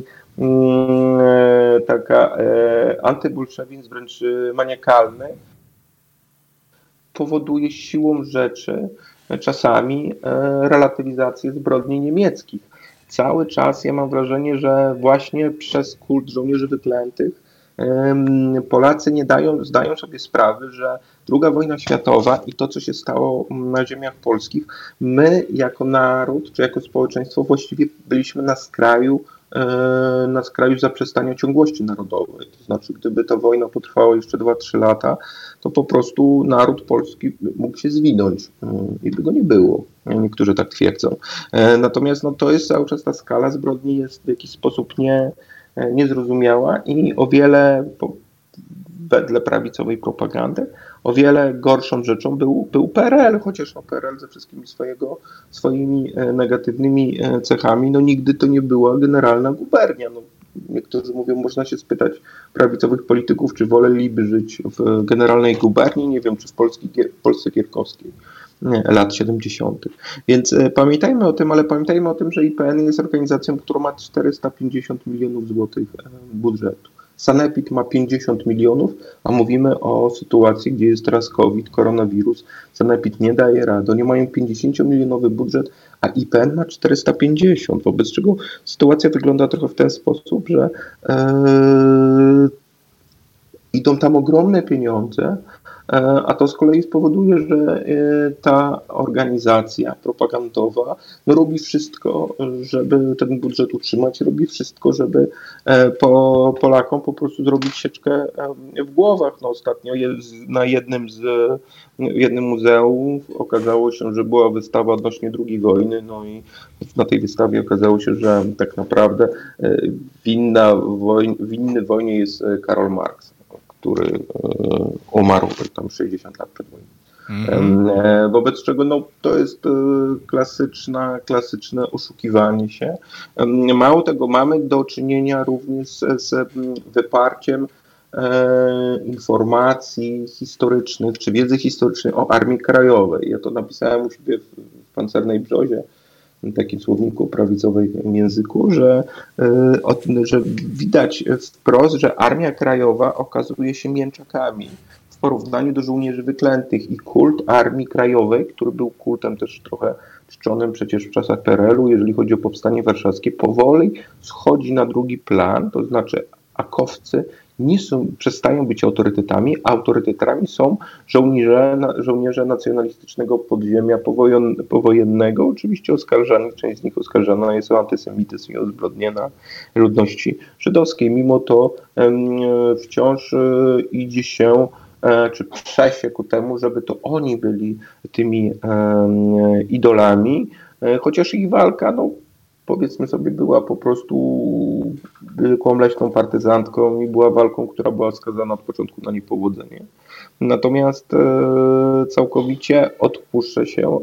[SPEAKER 5] antybolszewizm wręcz maniakalny, powoduje siłą rzeczy czasami relatywizację zbrodni niemieckich. Cały czas ja mam wrażenie, że właśnie przez kult żołnierzy wyklętych Polacy zdają sobie sprawy, że II wojna światowa i to, co się stało na ziemiach polskich, my jako naród, czy jako społeczeństwo właściwie byliśmy na skraju zaprzestania ciągłości narodowej. To znaczy, gdyby ta wojna potrwała jeszcze 2-3 lata, to po prostu naród polski mógł się zwinąć i by go nie było. Niektórzy tak twierdzą. Natomiast no, to jest cały czas ta skala zbrodni jest w jakiś sposób niezrozumiała i o wiele wedle prawicowej propagandy. O wiele gorszą rzeczą był PRL, chociaż PRL ze wszystkimi swoimi negatywnymi cechami, nigdy to nie była generalna gubernia. Niektórzy mówią, można się spytać prawicowych polityków, czy woleliby żyć w generalnej guberni, nie wiem, czy w Polsce Gierkowskiej lat 70. Więc pamiętajmy o tym, ale pamiętajmy o tym, że IPN jest organizacją, która ma 450 milionów złotych budżetu. Sanepid ma 50 milionów, a mówimy o sytuacji, gdzie jest teraz COVID, koronawirus. Sanepid nie daje rady. Oni mają 50-milionowy budżet, a IPN ma 450, wobec czego sytuacja wygląda trochę w ten sposób, że idą tam ogromne pieniądze, a to z kolei spowoduje, że ta organizacja propagandowa robi wszystko, żeby ten budżet utrzymać, robi wszystko, żeby Polakom po prostu zrobić sieczkę w głowach. Ostatnio na jednym muzeum okazało się, że była wystawa odnośnie II wojny, i na tej wystawie okazało się, że tak naprawdę winny wojnie jest Karol Marx, który umarł tam 60 lat przed wojną. Wobec czego to jest klasyczne oszukiwanie się. Mało tego, mamy do czynienia również z wyparciem informacji historycznych czy wiedzy historycznej o Armii Krajowej. Ja to napisałem u siebie w Pancernej Brzozie, takim słowniku prawicowym języku, że widać wprost, że Armia Krajowa okazuje się mięczakami w porównaniu do żołnierzy wyklętych i kult Armii Krajowej, który był kultem też trochę czczonym przecież w czasach PRL-u, jeżeli chodzi o powstanie warszawskie, powoli schodzi na drugi plan, to znaczy akowcy przestają być autorytetami, a autorytetami są żołnierze nacjonalistycznego podziemia powojennego, oczywiście oskarżani, część z nich oskarżana jest o antysemityzm i o zbrodnie na ludności żydowskiej. Mimo to wciąż idzie się, czy prze się ku temu, żeby to oni byli tymi idolami, chociaż ich walka, powiedzmy sobie, była po prostu wielką leśną partyzantką i była walką, która była skazana od początku na niepowodzenie. Natomiast całkowicie odpuszcza się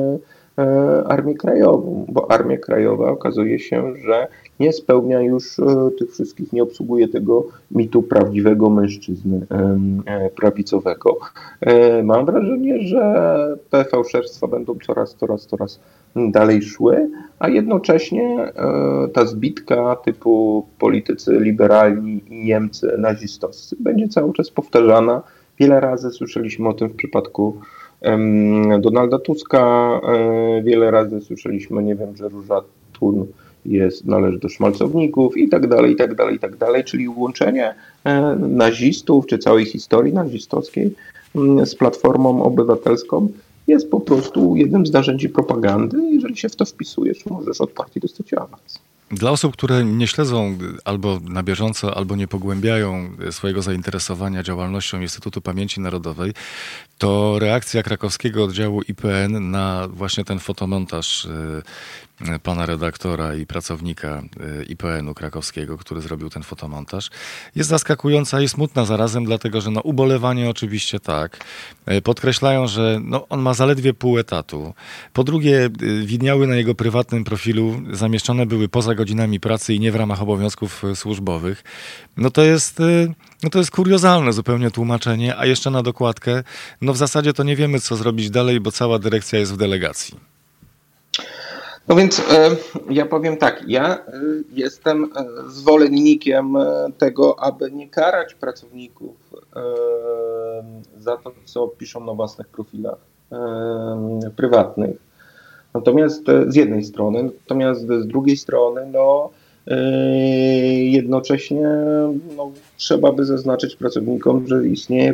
[SPEAKER 5] Armię Krajową, bo Armia Krajowa okazuje się, że nie spełnia już tych wszystkich, nie obsługuje tego mitu prawdziwego mężczyzny prawicowego. Mam wrażenie, że te fałszerstwa będą coraz dalej szły, a jednocześnie ta zbitka typu politycy liberalni i Niemcy nazistowscy będzie cały czas powtarzana. Wiele razy słyszeliśmy o tym w przypadku Donalda Tuska, wiele razy słyszeliśmy, nie wiem, że Róża Thun należy do szmalcowników i tak dalej, czyli łączenie nazistów, czy całej historii nazistowskiej z Platformą Obywatelską jest po prostu jednym z narzędzi propagandy. Jeżeli się w to wpisujesz, możesz od partii dostać awans.
[SPEAKER 2] Dla osób, które nie śledzą albo na bieżąco, albo nie pogłębiają swojego zainteresowania działalnością Instytutu Pamięci Narodowej, to reakcja krakowskiego oddziału IPN na właśnie ten fotomontaż pana redaktora i pracownika IPN-u krakowskiego, który zrobił ten fotomontaż, jest zaskakująca i smutna zarazem, dlatego że ubolewanie oczywiście tak. Podkreślają, że on ma zaledwie pół etatu. Po drugie, widniały na jego prywatnym profilu, zamieszczone były poza godzinami pracy i nie w ramach obowiązków służbowych. To jest kuriozalne zupełnie tłumaczenie, a jeszcze na dokładkę, w zasadzie to nie wiemy, co zrobić dalej, bo cała dyrekcja jest w delegacji.
[SPEAKER 5] Więc ja powiem tak, ja jestem zwolennikiem tego, aby nie karać pracowników za to, co piszą na własnych profilach prywatnych. Natomiast z jednej strony, natomiast z drugiej strony, jednocześnie trzeba by zaznaczyć pracownikom, że istnieje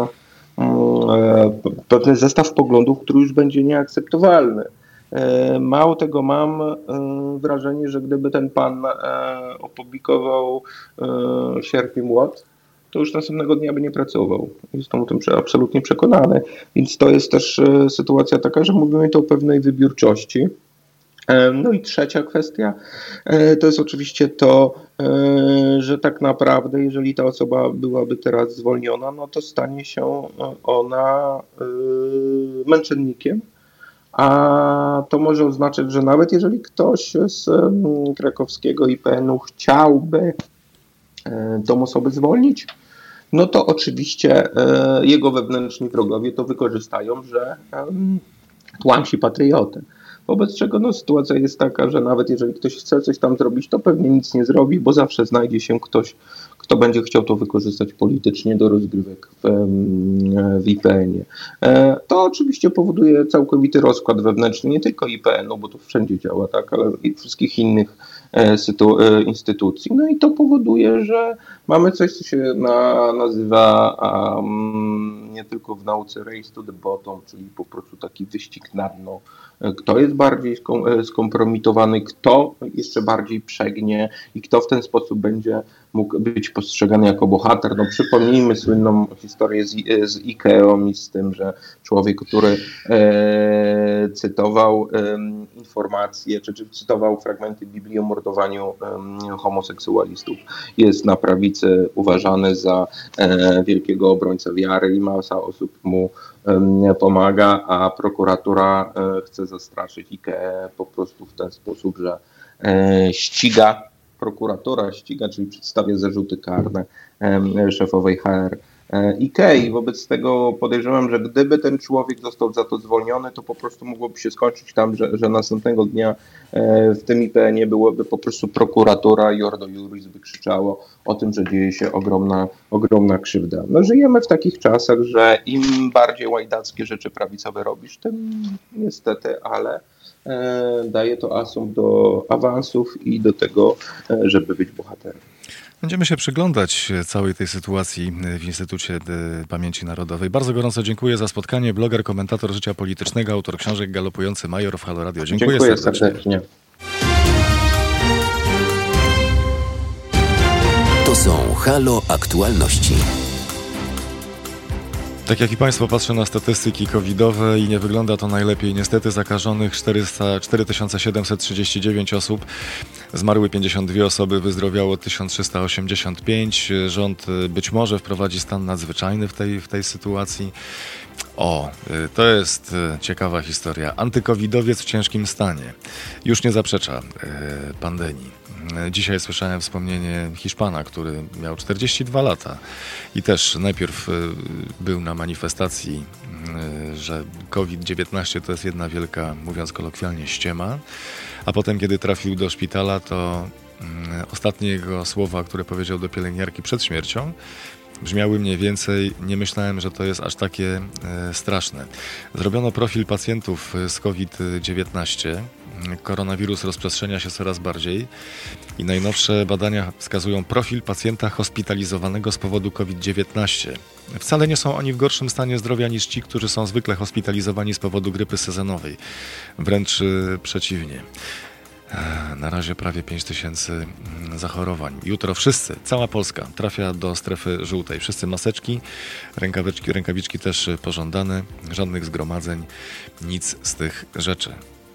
[SPEAKER 5] pewien zestaw poglądów, który już będzie nieakceptowalny. Mało tego, mam wrażenie, że gdyby ten pan opublikował sierp i młot, to już następnego dnia by nie pracował. Jestem o tym absolutnie przekonany. Więc to jest też sytuacja taka, że mówimy tu o pewnej wybiórczości. No i trzecia kwestia to jest oczywiście to, że tak naprawdę, jeżeli ta osoba byłaby teraz zwolniona, no to stanie się ona męczennikiem, a to może oznaczać, że nawet jeżeli ktoś z krakowskiego IPN-u chciałby tą osobę zwolnić, no to oczywiście jego wewnętrzni wrogowie to wykorzystają, że tłamsi patriotę. Wobec czego no, sytuacja jest taka, że nawet jeżeli ktoś chce coś tam zrobić, to pewnie nic nie zrobi, bo zawsze znajdzie się ktoś, kto będzie chciał to wykorzystać politycznie do rozgrywek w IPN-ie. To oczywiście powoduje całkowity rozkład wewnętrzny nie tylko IPN-u, bo to wszędzie działa, tak, ale i wszystkich innych instytucji. No i to powoduje, że mamy coś, co się nazywa nie tylko w nauce race to the bottom, czyli po prostu taki wyścig na dno. Kto jest bardziej skompromitowany, kto jeszcze bardziej przegnie i kto w ten sposób będzie mógł być postrzegany jako bohater. No przypomnijmy słynną historię z Ikeą i z tym, że człowiek, który cytował informacje, czy cytował fragmenty Biblii o mordowaniu homoseksualistów, jest na prawicy uważany za wielkiego obrońcę wiary i masa osób mu pomaga, a prokuratura chce zastraszyć Ikeę po prostu w ten sposób, że prokuratura ściga, czyli przedstawia zarzuty karne szefowej HR Ikei. Wobec tego podejrzewam, że gdyby ten człowiek został za to zwolniony, to po prostu mogłoby się skończyć tam, że następnego dnia w tym IPN-ie byłoby po prostu prokuratura i Ordo Iuris by krzyczało o tym, że dzieje się ogromna krzywda. No, żyjemy w takich czasach, że im bardziej łajdackie rzeczy prawicowe robisz, tym niestety, ale daje to asumpt do awansów i do tego, żeby być bohaterem.
[SPEAKER 2] Będziemy się przyglądać całej tej sytuacji w Instytucie Pamięci Narodowej. Bardzo gorąco dziękuję za spotkanie. Bloger, komentator życia politycznego, autor książek Galopujący Major w Halo Radio. Dziękuję
[SPEAKER 5] serdecznie.
[SPEAKER 1] To są Halo Aktualności.
[SPEAKER 2] Tak jak i Państwo, patrzę na statystyki covidowe i nie wygląda to najlepiej. Niestety zakażonych 4739 osób, zmarły 52 osoby, wyzdrowiało 1385. Rząd być może wprowadzi stan nadzwyczajny w tej sytuacji. To jest ciekawa historia. Antykowidowiec w ciężkim stanie. Już nie zaprzecza pandemii. Dzisiaj słyszałem wspomnienie Hiszpana, który miał 42 lata i też najpierw był na manifestacji, że COVID-19 to jest jedna wielka, mówiąc kolokwialnie, ściema, a potem, kiedy trafił do szpitala, to ostatnie jego słowa, które powiedział do pielęgniarki przed śmiercią, brzmiały mniej więcej: nie myślałem, że to jest aż takie straszne. Zrobiono profil pacjentów z COVID-19. Koronawirus rozprzestrzenia się coraz bardziej i najnowsze badania wskazują profil pacjenta hospitalizowanego z powodu COVID-19. Wcale nie są oni w gorszym stanie zdrowia niż ci, którzy są zwykle hospitalizowani z powodu grypy sezonowej. Wręcz przeciwnie. Na razie prawie 5000 zachorowań. Jutro cała Polska trafia do strefy żółtej. Wszyscy maseczki, rękawiczki też pożądane, żadnych zgromadzeń, nic z tych rzeczy.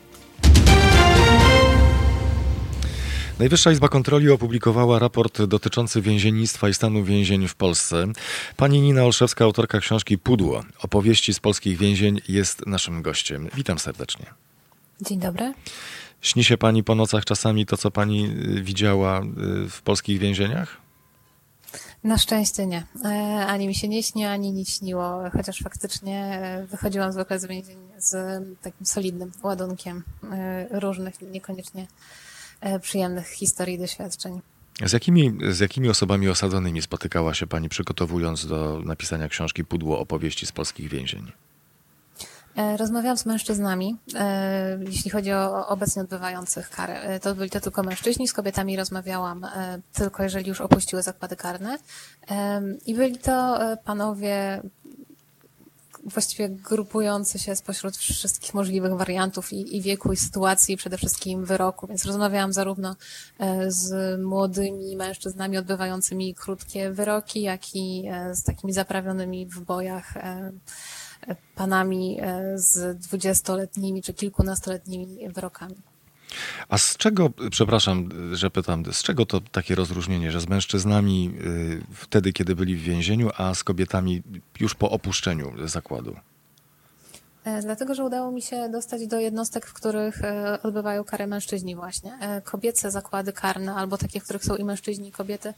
[SPEAKER 2] Najwyższa Izba Kontroli opublikowała raport dotyczący więziennictwa i stanu więzień w Polsce. Pani Nina Olszewska, autorka książki Pudło, opowieści z polskich więzień, jest naszym gościem. Witam serdecznie.
[SPEAKER 6] Dzień dobry.
[SPEAKER 2] Śni się pani po nocach czasami to, co pani widziała w polskich więzieniach?
[SPEAKER 6] Na szczęście nie. Ani mi się nie śni, ani nic śniło, chociaż faktycznie wychodziłam zwykle z więzień z takim solidnym ładunkiem różnych, niekoniecznie przyjemnych historii i doświadczeń.
[SPEAKER 2] Z jakimi osobami osadzonymi spotykała się pani, przygotowując do napisania książki Pudło, opowieści z polskich więzień?
[SPEAKER 6] Rozmawiałam z mężczyznami, jeśli chodzi o obecnie odbywających karę. To byli to tylko mężczyźni, z kobietami rozmawiałam tylko jeżeli już opuściły zakłady karne. I byli to panowie właściwie grupujący się spośród wszystkich możliwych wariantów i wieku, i sytuacji, i przede wszystkim wyroku. Więc rozmawiałam zarówno z młodymi mężczyznami odbywającymi krótkie wyroki, jak i z takimi zaprawionymi w bojach panami z 20-letnimi czy kilkunastoletnimi wyrokami.
[SPEAKER 2] A z czego, przepraszam, że pytam, z czego to takie rozróżnienie, że z mężczyznami wtedy, kiedy byli w więzieniu, a z kobietami już po opuszczeniu zakładu?
[SPEAKER 6] Dlatego, że udało mi się dostać do jednostek, w których odbywają karę mężczyźni właśnie. Kobiece zakłady karne albo takie, w których są i mężczyźni, i kobiety.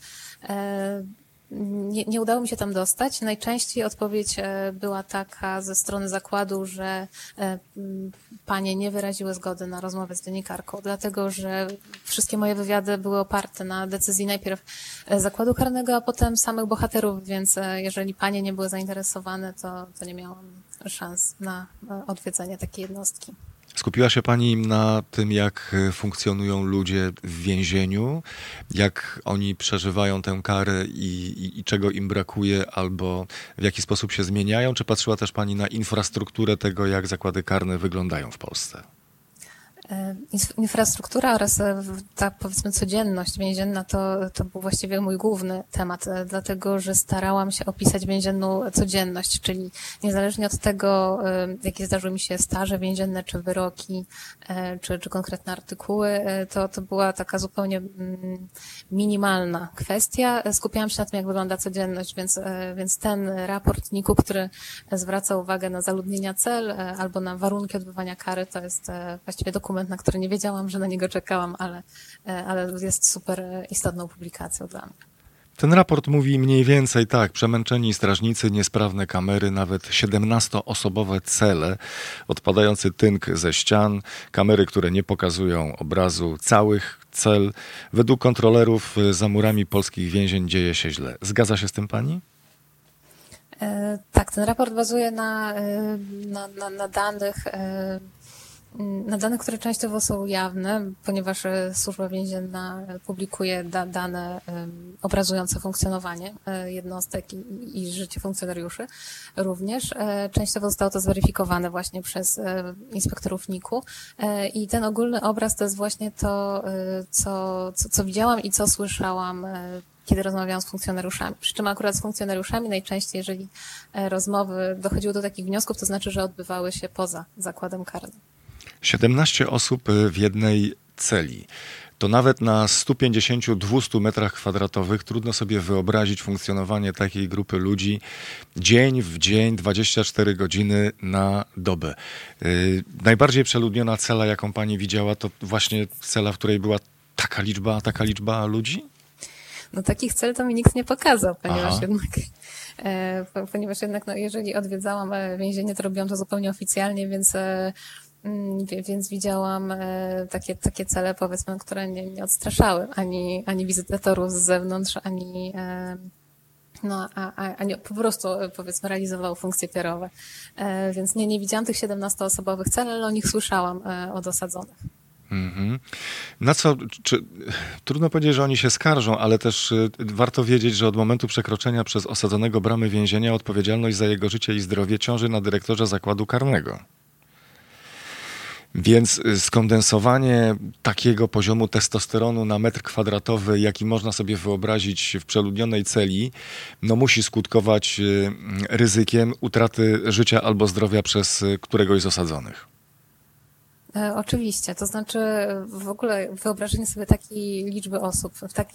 [SPEAKER 6] Nie udało mi się tam dostać. Najczęściej odpowiedź była taka ze strony zakładu, że panie nie wyraziły zgody na rozmowę z dziennikarką, dlatego że wszystkie moje wywiady były oparte na decyzji najpierw zakładu karnego, a potem samych bohaterów, więc jeżeli panie nie były zainteresowane, to nie miałam szans na odwiedzenie takiej jednostki.
[SPEAKER 2] Skupiła się pani na tym, jak funkcjonują ludzie w więzieniu, jak oni przeżywają tę karę i czego im brakuje, albo w jaki sposób się zmieniają, czy patrzyła też pani na infrastrukturę tego, jak zakłady karne wyglądają w Polsce?
[SPEAKER 6] Infrastruktura oraz ta, powiedzmy, codzienność więzienna to był właściwie mój główny temat, dlatego że starałam się opisać więzienną codzienność, czyli niezależnie od tego, jakie zdarzyły mi się staże więzienne, czy wyroki, czy konkretne artykuły, to była taka zupełnie minimalna kwestia. Skupiałam się na tym, jak wygląda codzienność, więc ten raport NIK-u, który zwraca uwagę na zaludnienia cel albo na warunki odbywania kary, to jest właściwie dokument, na który nie wiedziałam, że na niego czekałam, ale jest super istotną publikacją dla mnie.
[SPEAKER 2] Ten raport mówi mniej więcej tak: przemęczeni strażnicy, niesprawne kamery, nawet 17-osobowe cele, odpadający tynk ze ścian, kamery, które nie pokazują obrazu całych cel. Według kontrolerów za murami polskich więzień dzieje się źle. Zgadza się z tym pani?
[SPEAKER 6] Tak, ten raport bazuje na danych, które częściowo są jawne, ponieważ Służba Więzienna publikuje dane obrazujące funkcjonowanie jednostek i życie funkcjonariuszy również. Częściowo zostało to zweryfikowane właśnie przez inspektorów NIK-u i ten ogólny obraz to jest właśnie to, co widziałam i co słyszałam, kiedy rozmawiałam z funkcjonariuszami. Przy czym akurat z funkcjonariuszami najczęściej, jeżeli rozmowy dochodziły do takich wniosków, to znaczy, że odbywały się poza zakładem karnym.
[SPEAKER 2] 17 osób w jednej celi. To nawet na 150-200 metrach kwadratowych trudno sobie wyobrazić funkcjonowanie takiej grupy ludzi dzień w dzień, 24 godziny na dobę. Najbardziej przeludniona cela, jaką pani widziała, to właśnie cela, w której była taka liczba ludzi?
[SPEAKER 6] No takich cel to mi nikt nie pokazał, ponieważ jednak no, jeżeli odwiedzałam więzienie, to robiłam to zupełnie oficjalnie, więc widziałam takie cele, powiedzmy, które nie odstraszały ani wizytatorów z zewnątrz, ani po prostu, powiedzmy, realizowały funkcje PR-owe. Więc nie widziałam tych 17-osobowych cel, ale o nich słyszałam od osadzonych.
[SPEAKER 2] Mhm. Na co, trudno powiedzieć, że oni się skarżą, ale też warto wiedzieć, że od momentu przekroczenia przez osadzonego bramy więzienia odpowiedzialność za jego życie i zdrowie ciąży na dyrektorze zakładu karnego. Więc skondensowanie takiego poziomu testosteronu na metr kwadratowy, jaki można sobie wyobrazić w przeludnionej celi, no musi skutkować ryzykiem utraty życia albo zdrowia przez któregoś z osadzonych.
[SPEAKER 6] Oczywiście, to znaczy w ogóle wyobrażenie sobie takiej liczby osób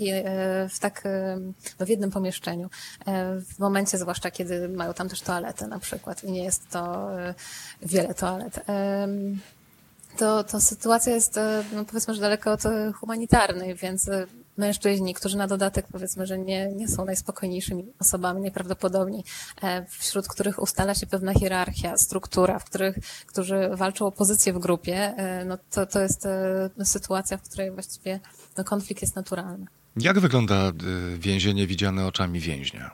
[SPEAKER 6] w jednym pomieszczeniu, w momencie zwłaszcza, kiedy mają tam też toaletę na przykład i nie jest to wiele toalet. To sytuacja jest, no powiedzmy, że daleko od humanitarnej, więc mężczyźni, którzy na dodatek, powiedzmy, że nie są najspokojniejszymi osobami najprawdopodobniej, wśród których ustala się pewna hierarchia, struktura, którzy walczą o pozycję w grupie, no to jest sytuacja, w której właściwie no, konflikt jest naturalny.
[SPEAKER 2] Jak wygląda więzienie widziane oczami więźnia?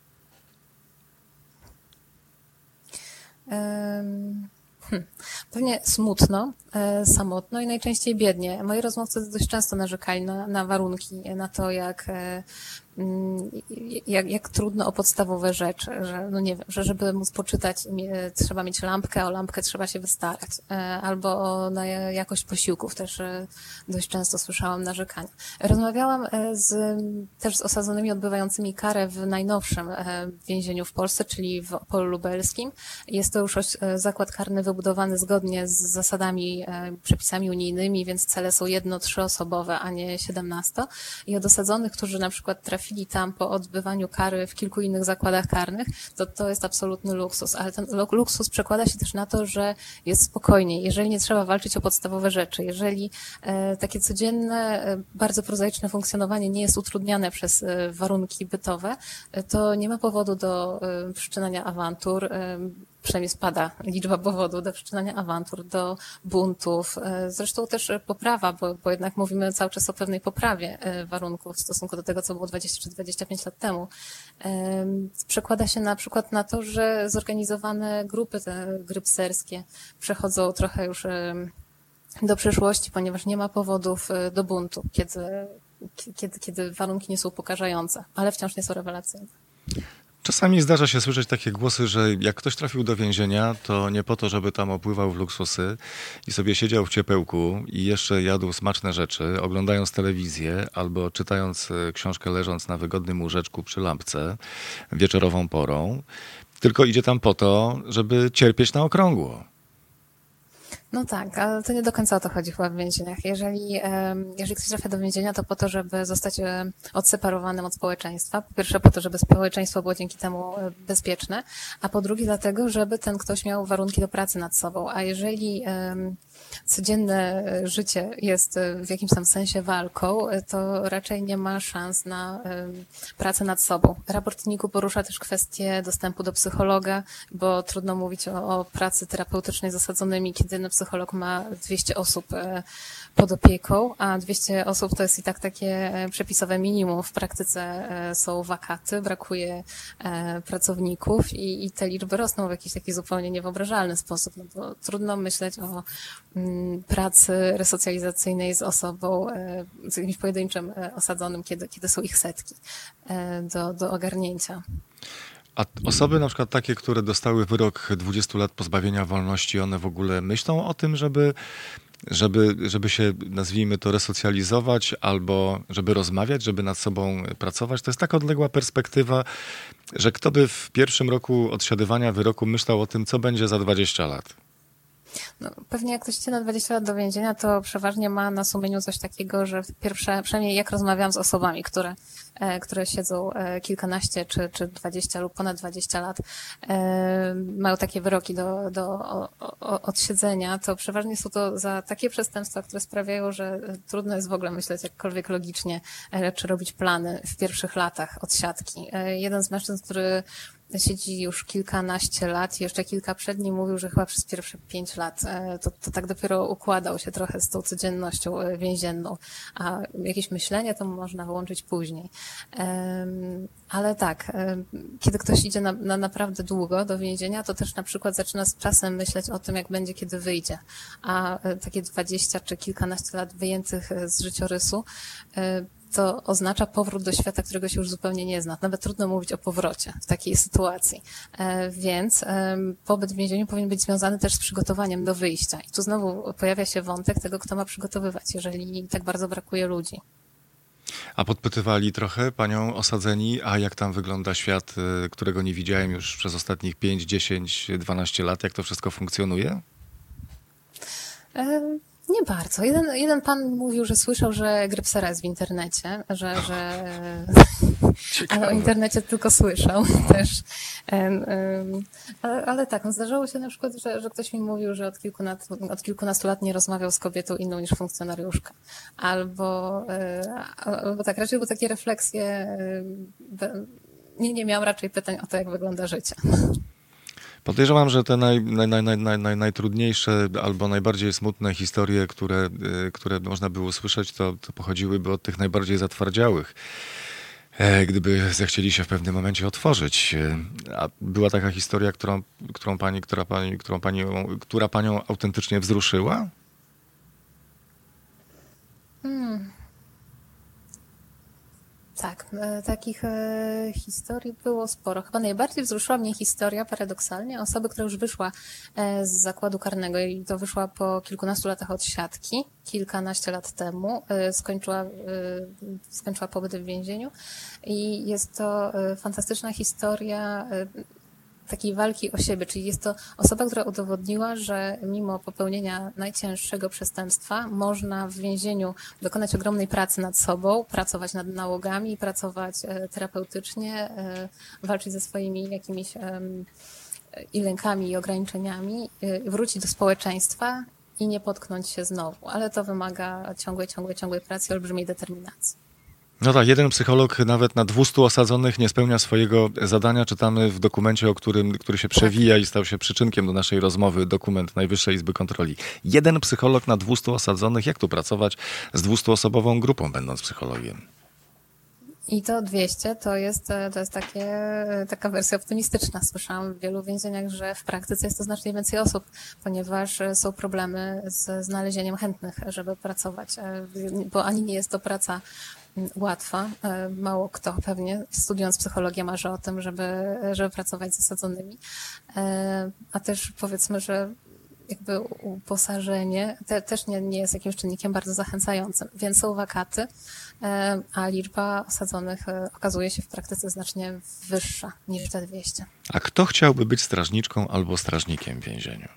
[SPEAKER 6] Pewnie smutno, samotno i najczęściej biednie. Moi rozmówcy dość często narzekali na warunki, na to, jak trudno o podstawowe rzeczy, że no nie wiem, że żeby móc poczytać trzeba mieć lampkę, a o lampkę trzeba się wystarać, albo na jakość posiłków też dość często słyszałam narzekania. Rozmawiałam też z osadzonymi odbywającymi karę w najnowszym więzieniu w Polsce, czyli w Opolu Lubelskim. Jest to już zakład karny wybudowany zgodnie z zasadami, przepisami unijnymi, więc cele są 1-3-osobowe, a nie 17. I od osadzonych, którzy na przykład trafili tam po odbywaniu kary w kilku innych zakładach karnych, to jest absolutny luksus. Ale ten luksus przekłada się też na to, że jest spokojniej, jeżeli nie trzeba walczyć o podstawowe rzeczy, jeżeli takie codzienne, bardzo prozaiczne funkcjonowanie nie jest utrudniane przez warunki bytowe, to nie ma powodu do wszczynania awantur, przynajmniej spada liczba powodów do wszczynania awantur, do buntów. Zresztą też poprawa, bo jednak mówimy cały czas o pewnej poprawie warunków w stosunku do tego, co było 20 czy 25 lat temu. Przekłada się na przykład na to, że zorganizowane grupy te grypserskie przechodzą trochę już do przeszłości, ponieważ nie ma powodów do buntu, kiedy warunki nie są upokarzające, ale wciąż nie są rewelacyjne.
[SPEAKER 2] Czasami zdarza się słyszeć takie głosy, że jak ktoś trafił do więzienia, to nie po to, żeby tam opływał w luksusy i sobie siedział w ciepełku i jeszcze jadł smaczne rzeczy, oglądając telewizję albo czytając książkę leżąc na wygodnym łóżeczku przy lampce wieczorową porą, tylko idzie tam po to, żeby cierpieć na okrągło.
[SPEAKER 6] No tak, ale to nie do końca o to chodzi chyba w więzieniach. Jeżeli ktoś trafia do więzienia, to po to, żeby zostać odseparowanym od społeczeństwa. Po pierwsze po to, żeby społeczeństwo było dzięki temu bezpieczne, a po drugie dlatego, żeby ten ktoś miał warunki do pracy nad sobą. A jeżeli codzienne życie jest w jakimś tam sensie walką, to raczej nie ma szans na pracę nad sobą. Raport NIK-u porusza też kwestię dostępu do psychologa, bo trudno mówić o pracy terapeutycznej z osadzonymi, kiedy jeden psycholog ma 200 osób pod opieką, a 200 osób to jest i tak takie przepisowe minimum. W praktyce są wakaty, brakuje pracowników i te liczby rosną w jakiś taki zupełnie niewyobrażalny sposób, no bo trudno myśleć o pracy resocjalizacyjnej z osobą, z jakimś pojedynczym osadzonym, kiedy są ich setki do ogarnięcia.
[SPEAKER 2] A osoby na przykład takie, które dostały wyrok 20 lat pozbawienia wolności, one w ogóle myślą o tym, żeby się, nazwijmy to, resocjalizować albo żeby rozmawiać, żeby nad sobą pracować? To jest tak odległa perspektywa, że kto by w pierwszym roku odsiadywania wyroku myślał o tym, co będzie za 20 lat?
[SPEAKER 6] No, pewnie jak ktoś idzie na 20 lat do więzienia, to przeważnie ma na sumieniu coś takiego, że pierwsze, przynajmniej jak rozmawiam z osobami, które siedzą kilkanaście czy 20 lub ponad 20 lat, mają takie wyroki do odsiedzenia, to przeważnie są to za takie przestępstwa, które sprawiają, że trudno jest w ogóle myśleć jakkolwiek logicznie, czy robić plany w pierwszych latach odsiadki. Jeden z mężczyzn, który siedzi już kilkanaście lat i jeszcze kilka przed nim mówił, że chyba przez pierwsze 5 lat to tak dopiero układał się trochę z tą codziennością więzienną, a jakieś myślenie to można wyłączyć później. Ale tak, kiedy ktoś idzie na naprawdę długo do więzienia, to też na przykład zaczyna z czasem myśleć o tym, jak będzie, kiedy wyjdzie. A takie 20 czy kilkanaście lat wyjętych z życiorysu to oznacza powrót do świata, którego się już zupełnie nie zna. Nawet trudno mówić o powrocie w takiej sytuacji. Więc pobyt w więzieniu powinien być związany też z przygotowaniem do wyjścia. I tu znowu pojawia się wątek tego, kto ma przygotowywać, jeżeli tak bardzo brakuje ludzi.
[SPEAKER 2] A podpytywali trochę panią osadzeni, a jak tam wygląda świat, którego nie widziałem już przez ostatnich 5, 10, 12 lat, jak to wszystko funkcjonuje?
[SPEAKER 6] Nie bardzo. Jeden pan mówił, że słyszał, że Grypsera jest w internecie, ale o internecie tylko słyszał też. Ale tak, no zdarzało się na przykład, że ktoś mi mówił, że od kilkunastu lat nie rozmawiał z kobietą inną niż funkcjonariuszka. Albo tak, raczej były takie refleksje. Nie miałam raczej pytań o to, jak wygląda życie.
[SPEAKER 2] Podejrzewam, że te najtrudniejsze albo najbardziej smutne historie, które można było słyszeć, to pochodziłyby od tych najbardziej zatwardziałych. Gdyby zechcieli się w pewnym momencie otworzyć. A była taka historia, która panią autentycznie wzruszyła?
[SPEAKER 6] Tak, takich historii było sporo. Chyba najbardziej wzruszyła mnie historia, paradoksalnie, osoby, która już wyszła z zakładu karnego i to wyszła po kilkunastu latach od siatki, kilkanaście lat temu, skończyła pobyt w więzieniu i jest to fantastyczna historia takiej walki o siebie, czyli jest to osoba, która udowodniła, że mimo popełnienia najcięższego przestępstwa można w więzieniu dokonać ogromnej pracy nad sobą, pracować nad nałogami, pracować terapeutycznie, walczyć ze swoimi jakimiś i lękami, i ograniczeniami, wrócić do społeczeństwa i nie potknąć się znowu, ale to wymaga ciągłej pracy i olbrzymiej determinacji.
[SPEAKER 2] No tak, jeden psycholog nawet na 200 osadzonych nie spełnia swojego zadania. Czytamy w dokumencie, który się przewija i stał się przyczynkiem do naszej rozmowy, dokument Najwyższej Izby Kontroli. Jeden psycholog na 200 osadzonych. Jak tu pracować z 200-osobową grupą, będąc psychologiem?
[SPEAKER 6] I to 200 to jest taka wersja optymistyczna. Słyszałam w wielu więzieniach, że w praktyce jest to znacznie więcej osób, ponieważ są problemy z znalezieniem chętnych, żeby pracować, bo ani nie jest to praca łatwa. Mało kto pewnie studiując psychologię marzy o tym, żeby pracować z osadzonymi. A też powiedzmy, że jakby uposażenie też nie jest jakimś czynnikiem bardzo zachęcającym, więc są wakaty, a liczba osadzonych okazuje się w praktyce znacznie wyższa niż te 200.
[SPEAKER 2] A kto chciałby być strażniczką albo strażnikiem w więzieniu?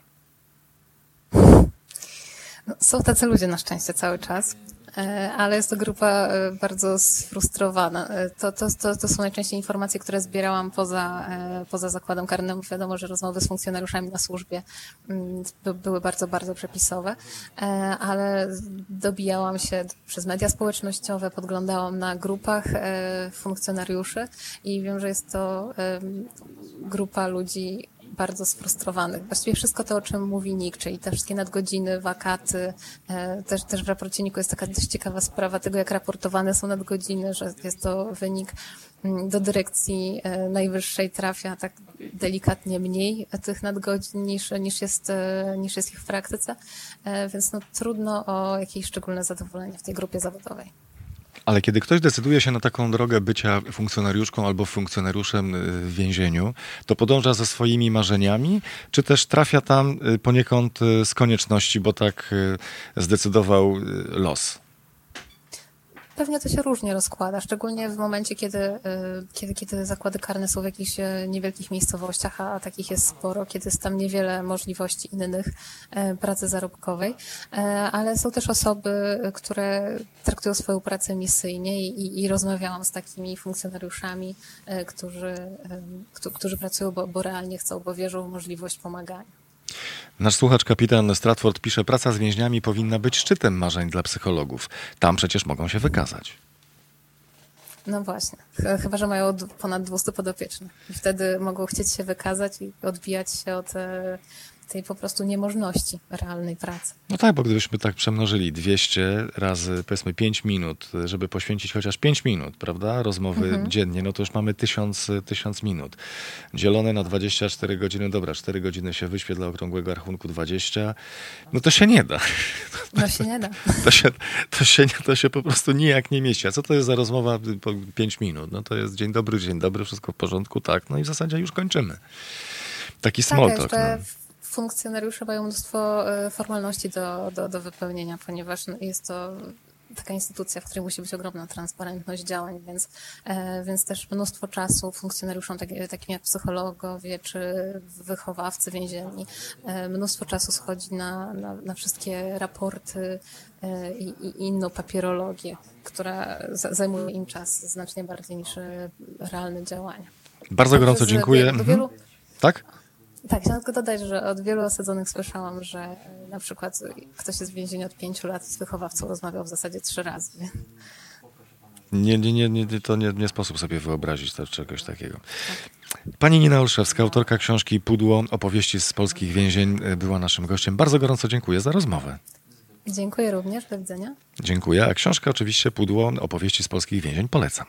[SPEAKER 6] No, są tacy ludzie na szczęście cały czas, ale jest to grupa bardzo sfrustrowana. To są najczęściej informacje, które zbierałam poza zakładem karnym. Wiadomo, że rozmowy z funkcjonariuszami na służbie były bardzo, bardzo przepisowe, ale dobijałam się przez media społecznościowe, podglądałam na grupach funkcjonariuszy i wiem, że jest to grupa ludzi bardzo sfrustrowanych. Właściwie wszystko to, o czym mówi NIK, czyli te wszystkie nadgodziny, wakaty. Też w raporcie NIK-u jest taka dość ciekawa sprawa tego, jak raportowane są nadgodziny, że jest to wynik do dyrekcji najwyższej trafia tak delikatnie mniej tych nadgodzin niż jest ich w praktyce. Więc no, trudno o jakieś szczególne zadowolenie w tej grupie zawodowej.
[SPEAKER 2] Ale kiedy ktoś decyduje się na taką drogę bycia funkcjonariuszką albo funkcjonariuszem w więzieniu, to podąża za swoimi marzeniami, czy też trafia tam poniekąd z konieczności, bo tak zdecydował los?
[SPEAKER 6] Pewnie to się różnie rozkłada, szczególnie w momencie, kiedy zakłady karne są w jakichś niewielkich miejscowościach, a takich jest sporo, kiedy jest tam niewiele możliwości innych pracy zarobkowej, ale są też osoby, które traktują swoją pracę misyjnie i rozmawiałam z takimi funkcjonariuszami, którzy pracują, bo realnie chcą, bo wierzą w możliwość pomagania.
[SPEAKER 2] Nasz słuchacz kapitan Stratford pisze, praca z więźniami powinna być szczytem marzeń dla psychologów. Tam przecież mogą się wykazać.
[SPEAKER 6] No właśnie, chyba że mają ponad 200 podopiecznych. I wtedy mogą chcieć się wykazać i odbijać się od tej po prostu niemożności realnej pracy.
[SPEAKER 2] No tak, bo gdybyśmy tak przemnożyli 200 razy, powiedzmy 5 minut, żeby poświęcić chociaż 5 minut, prawda, rozmowy dziennie, no to już mamy 1000 minut. Dzielone na 24 godziny, dobra, 4 godziny się wyświetla okrągłego rachunku 20, no to się nie da.
[SPEAKER 6] No się nie da.
[SPEAKER 2] To się po prostu nijak nie mieści. A co to jest za rozmowa po 5 minut? No to jest dzień dobry, wszystko w porządku, tak, no i w zasadzie już kończymy. Taki small talk.
[SPEAKER 6] Funkcjonariusze mają mnóstwo formalności do wypełnienia, ponieważ jest to taka instytucja, w której musi być ogromna transparentność działań, więc też mnóstwo czasu funkcjonariuszom, takim jak psychologowie czy wychowawcy więzienni, mnóstwo czasu schodzi na wszystkie raporty i inną papierologię, która zajmuje im czas znacznie bardziej niż realne działania.
[SPEAKER 2] Bardzo gorąco dziękuję. Tak?
[SPEAKER 6] Tak, chciałam tylko dodać, że od wielu osadzonych słyszałam, że na przykład ktoś jest w więzieniu od 5 lat z wychowawcą rozmawiał w zasadzie 3 razy.
[SPEAKER 2] To nie sposób sobie wyobrazić czegoś takiego. Pani Nina Olszewska, autorka książki Pudło, opowieści z polskich więzień, była naszym gościem. Bardzo gorąco dziękuję za rozmowę.
[SPEAKER 6] Dziękuję również, do widzenia.
[SPEAKER 2] Dziękuję, a książka oczywiście Pudło, opowieści z polskich więzień polecam.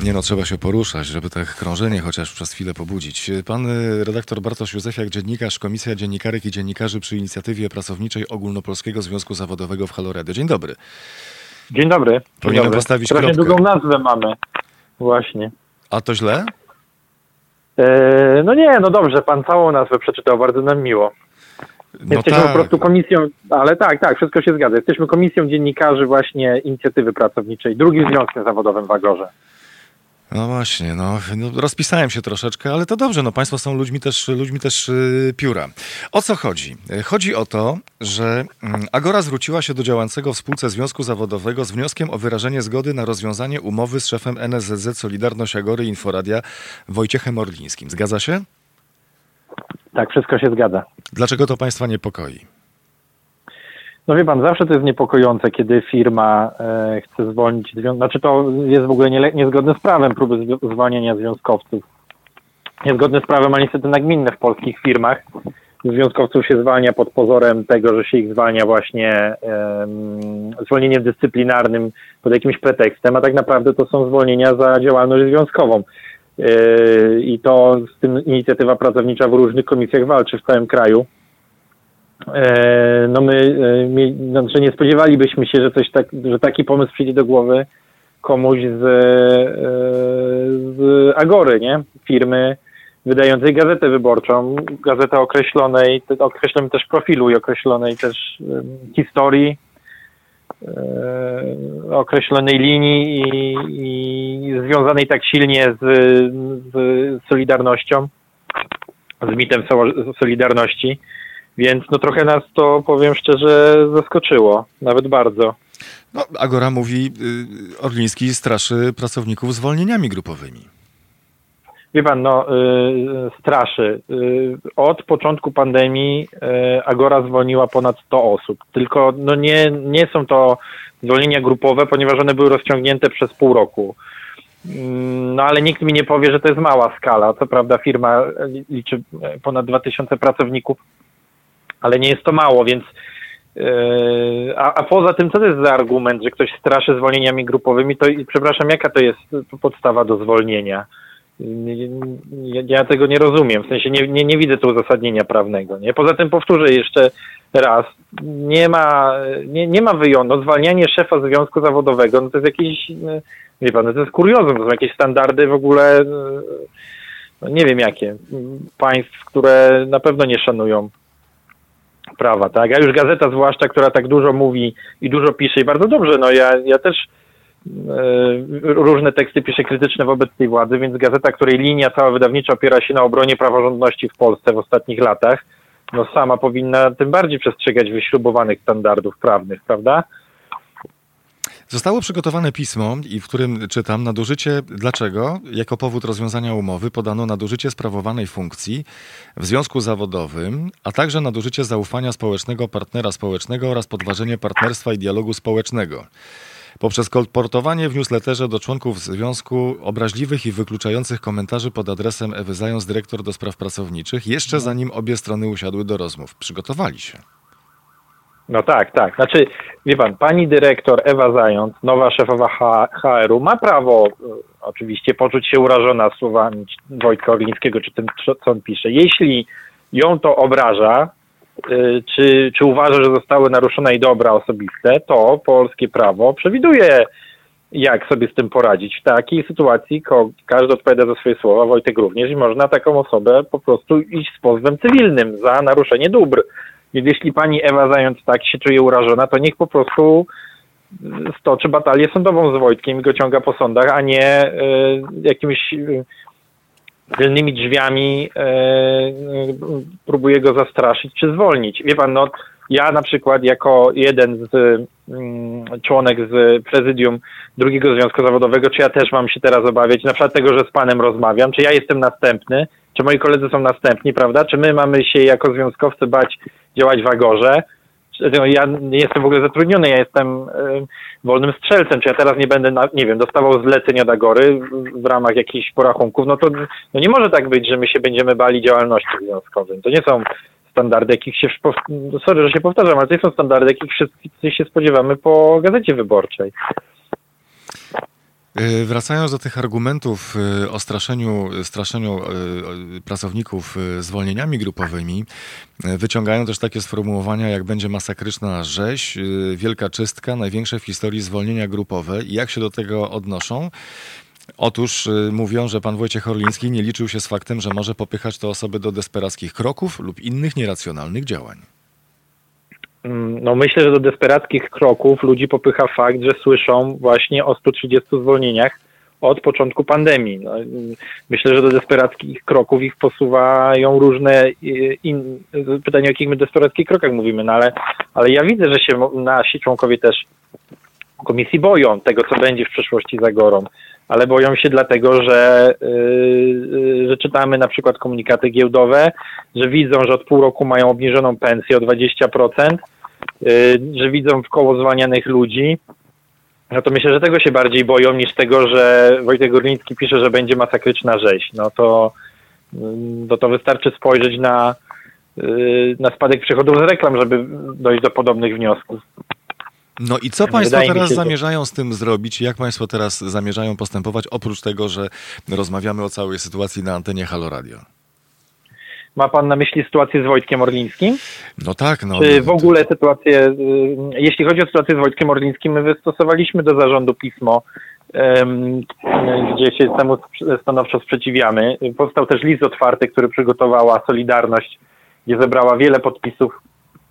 [SPEAKER 2] Nie no, trzeba się poruszać, żeby tak krążenie chociaż przez chwilę pobudzić. Pan redaktor Bartosz Józefiak, dziennikarz, Komisja Dziennikarek i Dziennikarzy przy inicjatywie pracowniczej Ogólnopolskiego Związku Zawodowego w Halo Radio. Dzień dobry.
[SPEAKER 7] Dzień dobry.
[SPEAKER 2] Powinienem postawić
[SPEAKER 7] Strasznie
[SPEAKER 2] kropkę.
[SPEAKER 7] długą nazwę mamy. Właśnie.
[SPEAKER 2] A to źle?
[SPEAKER 7] No nie, no dobrze, pan całą nazwę przeczytał, bardzo nam miło.
[SPEAKER 2] No
[SPEAKER 7] Jesteśmy
[SPEAKER 2] tak.
[SPEAKER 7] po prostu komisją, ale tak, wszystko się zgadza. Jesteśmy komisją dziennikarzy właśnie inicjatywy pracowniczej, drugim związkiem zawodowym w Agorze.
[SPEAKER 2] No właśnie, no rozpisałem się troszeczkę, ale to dobrze, no państwo są ludźmi też pióra. O co chodzi? Chodzi o to, że Agora zwróciła się do działającego w spółce Związku Zawodowego z wnioskiem o wyrażenie zgody na rozwiązanie umowy z szefem NSZZ Solidarność Agory Inforadia Wojciechem Orlińskim. Zgadza się?
[SPEAKER 7] Tak, wszystko się zgadza.
[SPEAKER 2] Dlaczego to państwa niepokoi?
[SPEAKER 7] No wie pan, zawsze to jest niepokojące, kiedy firma chce zwolnić, znaczy to jest w ogóle niezgodne z prawem próby zwolnienia związkowców. Niezgodne z prawem, a niestety nagminne w polskich firmach. Związkowców się zwalnia pod pozorem tego, że się ich zwalnia właśnie zwolnieniem dyscyplinarnym pod jakimś pretekstem, a tak naprawdę to są zwolnienia za działalność związkową. I to z tym inicjatywa pracownicza w różnych komisjach walczy w całym kraju. No znaczy nie spodziewalibyśmy się, że taki pomysł przyjdzie do głowy komuś z Agory, nie? Firmy wydającej gazetę wyborczą, gazetę określonym też profilu i określonej też historii, określonej linii i związanej tak silnie z Solidarnością, z mitem Solidarności. Więc no trochę nas to, powiem szczerze, zaskoczyło. Nawet bardzo.
[SPEAKER 2] No, Agora mówi, Orliński straszy pracowników zwolnieniami grupowymi.
[SPEAKER 7] Wie pan, straszy. Od początku pandemii Agora zwolniła ponad 100 osób. Tylko nie są to zwolnienia grupowe, ponieważ one były rozciągnięte przez pół roku. No ale nikt mi nie powie, że to jest mała skala. Co prawda firma liczy ponad 2000 pracowników, ale nie jest to mało, więc a poza tym, co to jest za argument, że ktoś straszy zwolnieniami grupowymi, to przepraszam, jaka to jest podstawa do zwolnienia? Ja tego nie rozumiem, w sensie nie widzę tu uzasadnienia prawnego. Nie? Poza tym powtórzę jeszcze raz, nie ma wyjątku. Zwalnianie szefa związku zawodowego, no to jest jakiś, wie pan, to jest kuriozum, to są jakieś standardy w ogóle, nie wiem jakie, państw, które na pewno nie szanują prawa, tak? A już gazeta zwłaszcza, która tak dużo mówi i dużo pisze i bardzo dobrze, no ja też różne teksty piszę krytyczne wobec tej władzy, więc gazeta, której linia cała wydawnicza opiera się na obronie praworządności w Polsce w ostatnich latach, no sama powinna tym bardziej przestrzegać wyśrubowanych standardów prawnych, prawda?
[SPEAKER 2] Zostało przygotowane pismo, w którym czytam nadużycie, dlaczego jako powód rozwiązania umowy podano nadużycie sprawowanej funkcji w związku zawodowym, a także nadużycie zaufania społecznego partnera społecznego oraz podważenie partnerstwa i dialogu społecznego. Poprzez kolportowanie w newsletterze do członków związku obraźliwych i wykluczających komentarzy pod adresem Ewy Zając, dyrektor do spraw pracowniczych, jeszcze zanim obie strony usiadły do rozmów. Przygotowali się.
[SPEAKER 7] No tak. Znaczy, wie pan, pani dyrektor Ewa Zając, nowa szefowa HR-u, ma prawo oczywiście poczuć się urażona słowami Wojtka Orlińskiego, czy tym, co on pisze. Jeśli ją to obraża, czy uważa, że zostały naruszone jej dobra osobiste, to polskie prawo przewiduje, jak sobie z tym poradzić. W takiej sytuacji każdy odpowiada za swoje słowa, Wojtek również, i można taką osobę po prostu iść z pozwem cywilnym za naruszenie dóbr. Więc jeśli pani Ewa Zając tak się czuje urażona, to niech po prostu stoczy batalię sądową z Wojtkiem i go ciąga po sądach, a nie jakimiś tylnymi drzwiami próbuje go zastraszyć czy zwolnić. Wie pan, ja na przykład jako jeden z członek z prezydium drugiego związku zawodowego, czy ja też mam się teraz obawiać na przykład tego, że z panem rozmawiam, czy ja jestem następny, czy moi koledzy są następni, prawda? Czy my mamy się jako związkowcy bać działać w Agorze? Ja nie jestem w ogóle zatrudniony, ja jestem wolnym strzelcem, czy ja teraz nie będę, dostawał zleceń od Agory w ramach jakichś porachunków, no nie może tak być, że my się będziemy bali działalności związkowej. To nie są standardy, jakich się, sorry, że się powtarzam, ale to nie są standardy, jakich wszyscy się spodziewamy po Gazecie Wyborczej.
[SPEAKER 2] Wracając do tych argumentów o straszeniu pracowników zwolnieniami grupowymi, wyciągają też takie sformułowania, jak będzie masakryczna rzeź, wielka czystka, największe w historii zwolnienia grupowe. I jak się do tego odnoszą? Otóż mówią, że pan Wojciech Orliński nie liczył się z faktem, że może popychać te osoby do desperackich kroków lub innych nieracjonalnych działań.
[SPEAKER 7] No myślę, że do desperackich kroków ludzi popycha fakt, że słyszą właśnie o 130 zwolnieniach od początku pandemii. No, myślę, że do desperackich kroków ich posuwają różne pytania, o jakich my desperackich krokach mówimy, no ale ja widzę, że się nasi członkowie też komisji boją tego, co będzie w przyszłości za Agorą, ale boją się dlatego, że czytamy na przykład komunikaty giełdowe, że widzą, że od pół roku mają obniżoną pensję o 20%, że widzą wkoło zwalnianych ludzi. No to myślę, że tego się bardziej boją niż tego, że Wojtek Orliński pisze, że będzie masakryczna rzeź. No to wystarczy spojrzeć na spadek przychodów z reklam, żeby dojść do podobnych wniosków.
[SPEAKER 2] No i co państwo teraz zamierzają z tym zrobić? Jak państwo teraz zamierzają postępować, oprócz tego, że rozmawiamy o całej sytuacji na antenie Halo Radio?
[SPEAKER 7] Ma pan na myśli sytuację z Wojtkiem Orlińskim?
[SPEAKER 2] No tak. No,
[SPEAKER 7] czy w ogóle sytuację, jeśli chodzi o sytuację z Wojtkiem Orlińskim, my wystosowaliśmy do zarządu pismo, gdzie się temu stanowczo sprzeciwiamy. Powstał też list otwarty, który przygotowała Solidarność, gdzie zebrała wiele podpisów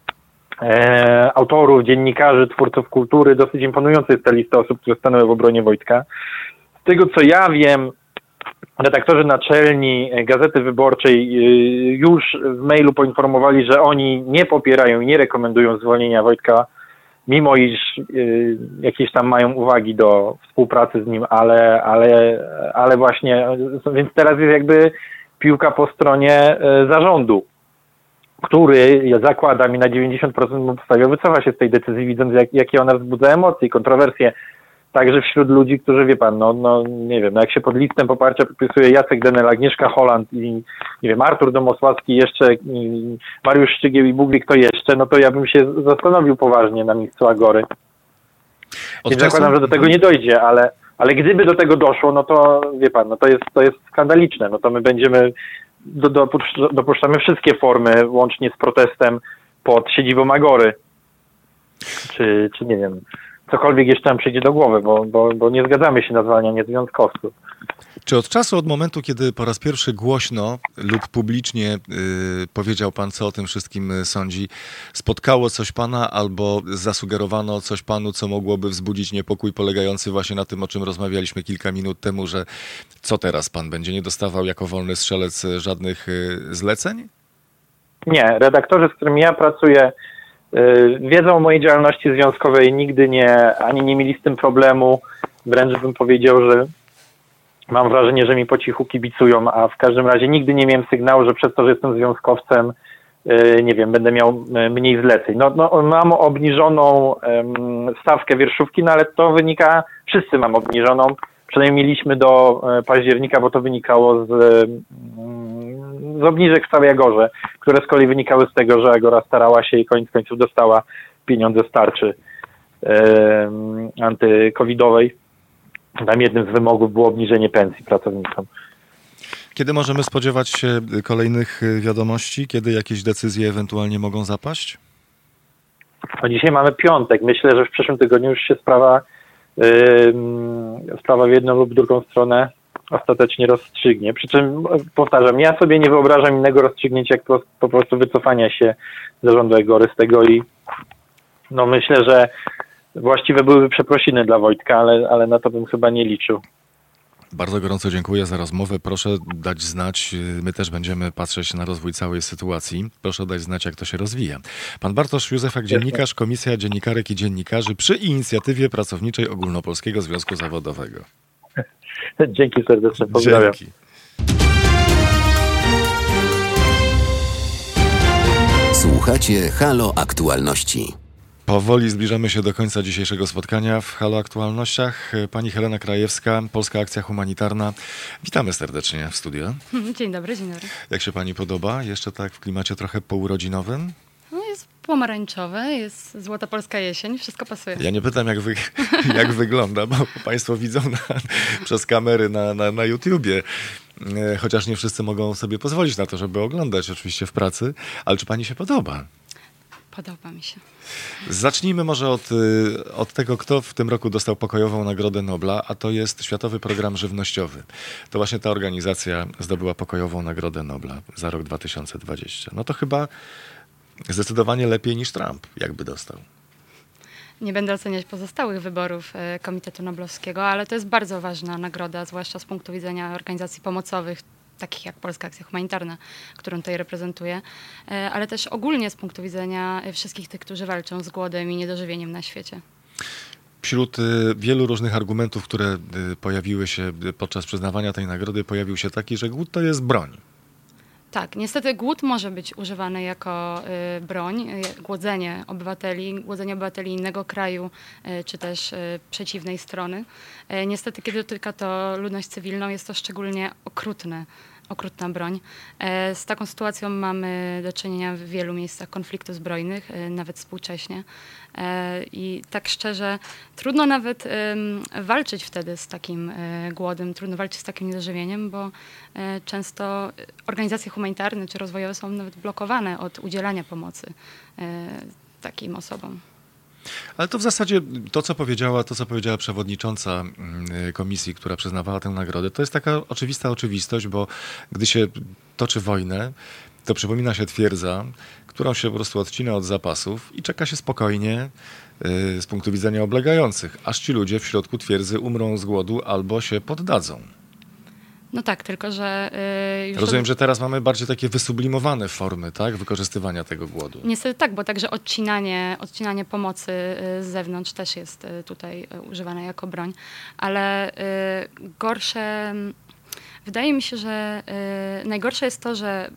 [SPEAKER 7] autorów, dziennikarzy, twórców kultury. Dosyć imponująca jest ta lista osób, które stanęły w obronie Wojtka. Z tego co ja wiem, redaktorzy naczelni Gazety Wyborczej już w mailu poinformowali, że oni nie popierają i nie rekomendują zwolnienia Wojtka, mimo iż jakieś tam mają uwagi do współpracy z nim, ale właśnie, więc teraz jest jakby piłka po stronie zarządu, który, ja zakładam i na 90% obstawiał, wycofa się z tej decyzji, widząc jakie ona wzbudza emocje i kontrowersje, także wśród ludzi, którzy, wie pan, nie wiem, jak się pod listem poparcia podpisuje Jacek Denel, Agnieszka Holland i, nie wiem, Artur Domosławski, jeszcze Mariusz Szczygieł i Bóg wie kto jeszcze, no to ja bym się zastanowił poważnie na miejscu Agory. Więc zakładam, że do tego nie dojdzie, ale gdyby do tego doszło, no to, wie pan, no to jest skandaliczne, no to my będziemy dopuszczamy wszystkie formy, łącznie z protestem pod siedzibą Agory. Czy nie wiem, cokolwiek jeszcze nam przyjdzie do głowy, bo nie zgadzamy się na zwalnianie związkowców.
[SPEAKER 2] Czy od momentu, kiedy po raz pierwszy głośno lub publicznie powiedział pan, co o tym wszystkim sądzi, spotkało coś pana albo zasugerowano coś panu, co mogłoby wzbudzić niepokój polegający właśnie na tym, o czym rozmawialiśmy kilka minut temu, że co teraz pan będzie nie dostawał jako wolny strzelec żadnych zleceń?
[SPEAKER 7] Nie, redaktorzy, z którymi ja pracuję, wiedzą o mojej działalności związkowej, nigdy ani nie mieli z tym problemu, wręcz bym powiedział, że mam wrażenie, że mi po cichu kibicują, a w każdym razie nigdy nie miałem sygnału, że przez to, że jestem związkowcem, nie wiem, będę miał mniej zleceń. Mam obniżoną stawkę wierszówki, no ale to wynika, wszyscy mam obniżoną, przynajmniej mieliśmy do października, bo to wynikało z obniżek w całej Agorze, które z kolei wynikały z tego, że Agora starała się i koniec końców dostała pieniądze z tarczy antykowidowej. Tam jednym z wymogów było obniżenie pensji pracownikom.
[SPEAKER 2] Kiedy możemy spodziewać się kolejnych wiadomości? Kiedy jakieś decyzje ewentualnie mogą zapaść?
[SPEAKER 7] No dzisiaj mamy piątek. Myślę, że w przyszłym tygodniu już się sprawa w jedną lub drugą stronę ostatecznie rozstrzygnie. Przy czym, powtarzam, ja sobie nie wyobrażam innego rozstrzygnięcia, jak po prostu wycofania się zarządu Agory z tego i myślę, że właściwe byłyby przeprosiny dla Wojtka, ale na to bym chyba nie liczył.
[SPEAKER 2] Bardzo gorąco dziękuję za rozmowę. Proszę dać znać, my też będziemy patrzeć na rozwój całej sytuacji. Proszę dać znać, jak to się rozwija. Pan Bartosz Józefak, dziennikarz, Komisja Dziennikarek i Dziennikarzy przy inicjatywie pracowniczej Ogólnopolskiego Związku Zawodowego.
[SPEAKER 7] Dzięki serdecznie, pozdrawiam. Dzięki.
[SPEAKER 1] Słuchacie Halo Aktualności.
[SPEAKER 2] Powoli zbliżamy się do końca dzisiejszego spotkania w Halo Aktualnościach. Pani Helena Krajewska, Polska Akcja Humanitarna. Witamy serdecznie w studio.
[SPEAKER 8] Dzień dobry, dzień dobry.
[SPEAKER 2] Jak się pani podoba? Jeszcze tak w klimacie trochę pourodzinowym?
[SPEAKER 8] No jest pomarańczowe, jest złota polska jesień, wszystko pasuje.
[SPEAKER 2] Ja nie pytam, jak wygląda, bo Państwo widzą przez kamery na YouTubie. Chociaż nie wszyscy mogą sobie pozwolić na to, żeby oglądać, oczywiście w pracy. Ale czy pani się podoba?
[SPEAKER 8] Podoba mi się.
[SPEAKER 2] Zacznijmy może od tego, kto w tym roku dostał pokojową Nagrodę Nobla, a to jest Światowy Program Żywnościowy. To właśnie ta organizacja zdobyła pokojową Nagrodę Nobla za rok 2020. No to chyba zdecydowanie lepiej niż Trump, jakby dostał.
[SPEAKER 8] Nie będę oceniać pozostałych wyborów Komitetu Noblowskiego, ale to jest bardzo ważna nagroda, zwłaszcza z punktu widzenia organizacji pomocowych, takich jak Polska Akcja Humanitarna, którą tutaj reprezentuję, ale też ogólnie z punktu widzenia wszystkich tych, którzy walczą z głodem i niedożywieniem na świecie.
[SPEAKER 2] Wśród wielu różnych argumentów, które pojawiły się podczas przyznawania tej nagrody, pojawił się taki, że głód to jest broń.
[SPEAKER 8] Tak, niestety głód może być używany jako broń. Głodzenie obywateli innego kraju, czy też przeciwnej strony. Niestety, kiedy dotyka to ludność cywilną, jest to szczególnie okrutna broń. Z taką sytuacją mamy do czynienia w wielu miejscach konfliktów zbrojnych, nawet współcześnie. I tak szczerze, trudno nawet walczyć wtedy z takim głodem, trudno walczyć z takim niedożywieniem, bo często organizacje humanitarne czy rozwojowe są nawet blokowane od udzielania pomocy takim osobom.
[SPEAKER 2] Ale to w zasadzie to, co powiedziała przewodnicząca komisji, która przyznawała tę nagrodę, to jest taka oczywista oczywistość, bo gdy się toczy wojnę, to przypomina się twierdza, którą się po prostu odcina od zapasów i czeka się spokojnie z punktu widzenia oblegających, aż ci ludzie w środku twierdzy umrą z głodu albo się poddadzą.
[SPEAKER 8] No tak, tylko że...
[SPEAKER 2] Rozumiem, że teraz mamy bardziej takie wysublimowane formy, tak, wykorzystywania tego głodu.
[SPEAKER 8] Niestety tak, bo także odcinanie pomocy z zewnątrz też jest tutaj używane jako broń, ale gorsze... Wydaje mi się, że najgorsze jest to, że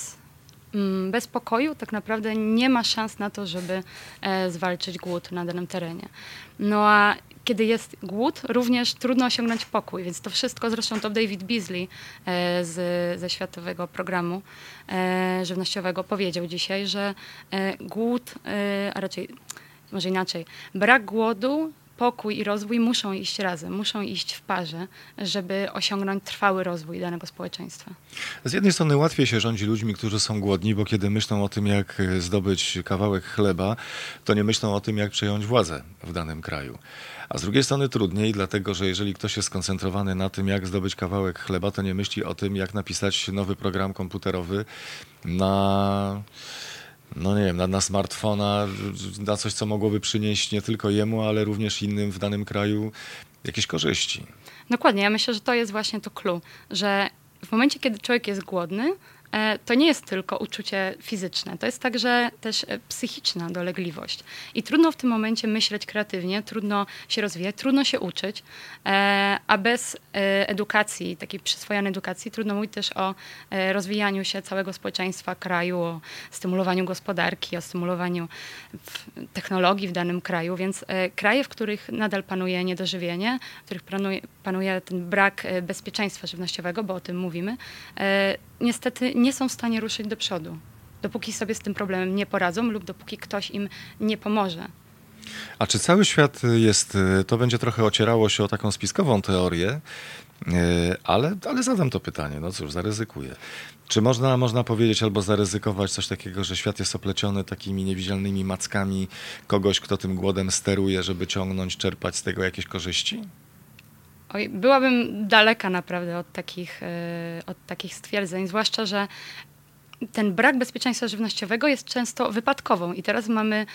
[SPEAKER 8] bez pokoju tak naprawdę nie ma szans na to, żeby zwalczyć głód na danym terenie. No a kiedy jest głód, również trudno osiągnąć pokój, więc to wszystko, zresztą to David Beasley ze Światowego Programu Żywnościowego powiedział dzisiaj, że głód, a raczej może inaczej, brak głodu, pokój i rozwój muszą iść razem, muszą iść w parze, żeby osiągnąć trwały rozwój danego społeczeństwa.
[SPEAKER 2] Z jednej strony łatwiej się rządzi ludźmi, którzy są głodni, bo kiedy myślą o tym, jak zdobyć kawałek chleba, to nie myślą o tym, jak przejąć władzę w danym kraju. A z drugiej strony trudniej, dlatego że jeżeli ktoś jest skoncentrowany na tym, jak zdobyć kawałek chleba, to nie myśli o tym, jak napisać nowy program komputerowy na smartfona, na coś, co mogłoby przynieść nie tylko jemu, ale również innym w danym kraju jakieś korzyści.
[SPEAKER 8] Dokładnie, ja myślę, że to jest właśnie to clue, że w momencie, kiedy człowiek jest głodny, to nie jest tylko uczucie fizyczne, to jest także też psychiczna dolegliwość. I trudno w tym momencie myśleć kreatywnie, trudno się rozwijać, trudno się uczyć, a bez edukacji, takiej przyswojonej edukacji, trudno mówić też o rozwijaniu się całego społeczeństwa, kraju, o stymulowaniu gospodarki, o stymulowaniu technologii w danym kraju, więc kraje, w których nadal panuje niedożywienie, w których panuje ten brak bezpieczeństwa żywnościowego, bo o tym mówimy, niestety nie są w stanie ruszyć do przodu, dopóki sobie z tym problemem nie poradzą lub dopóki ktoś im nie pomoże.
[SPEAKER 2] A czy cały świat jest, to będzie trochę ocierało się o taką spiskową teorię, ale zadam to pytanie, no cóż, zaryzykuję. Czy można powiedzieć albo zaryzykować coś takiego, że świat jest opleciony takimi niewidzialnymi mackami kogoś, kto tym głodem steruje, żeby ciągnąć, czerpać z tego jakieś korzyści?
[SPEAKER 8] Oj, byłabym daleka naprawdę od takich stwierdzeń, zwłaszcza, że ten brak bezpieczeństwa żywnościowego jest często wypadkową i teraz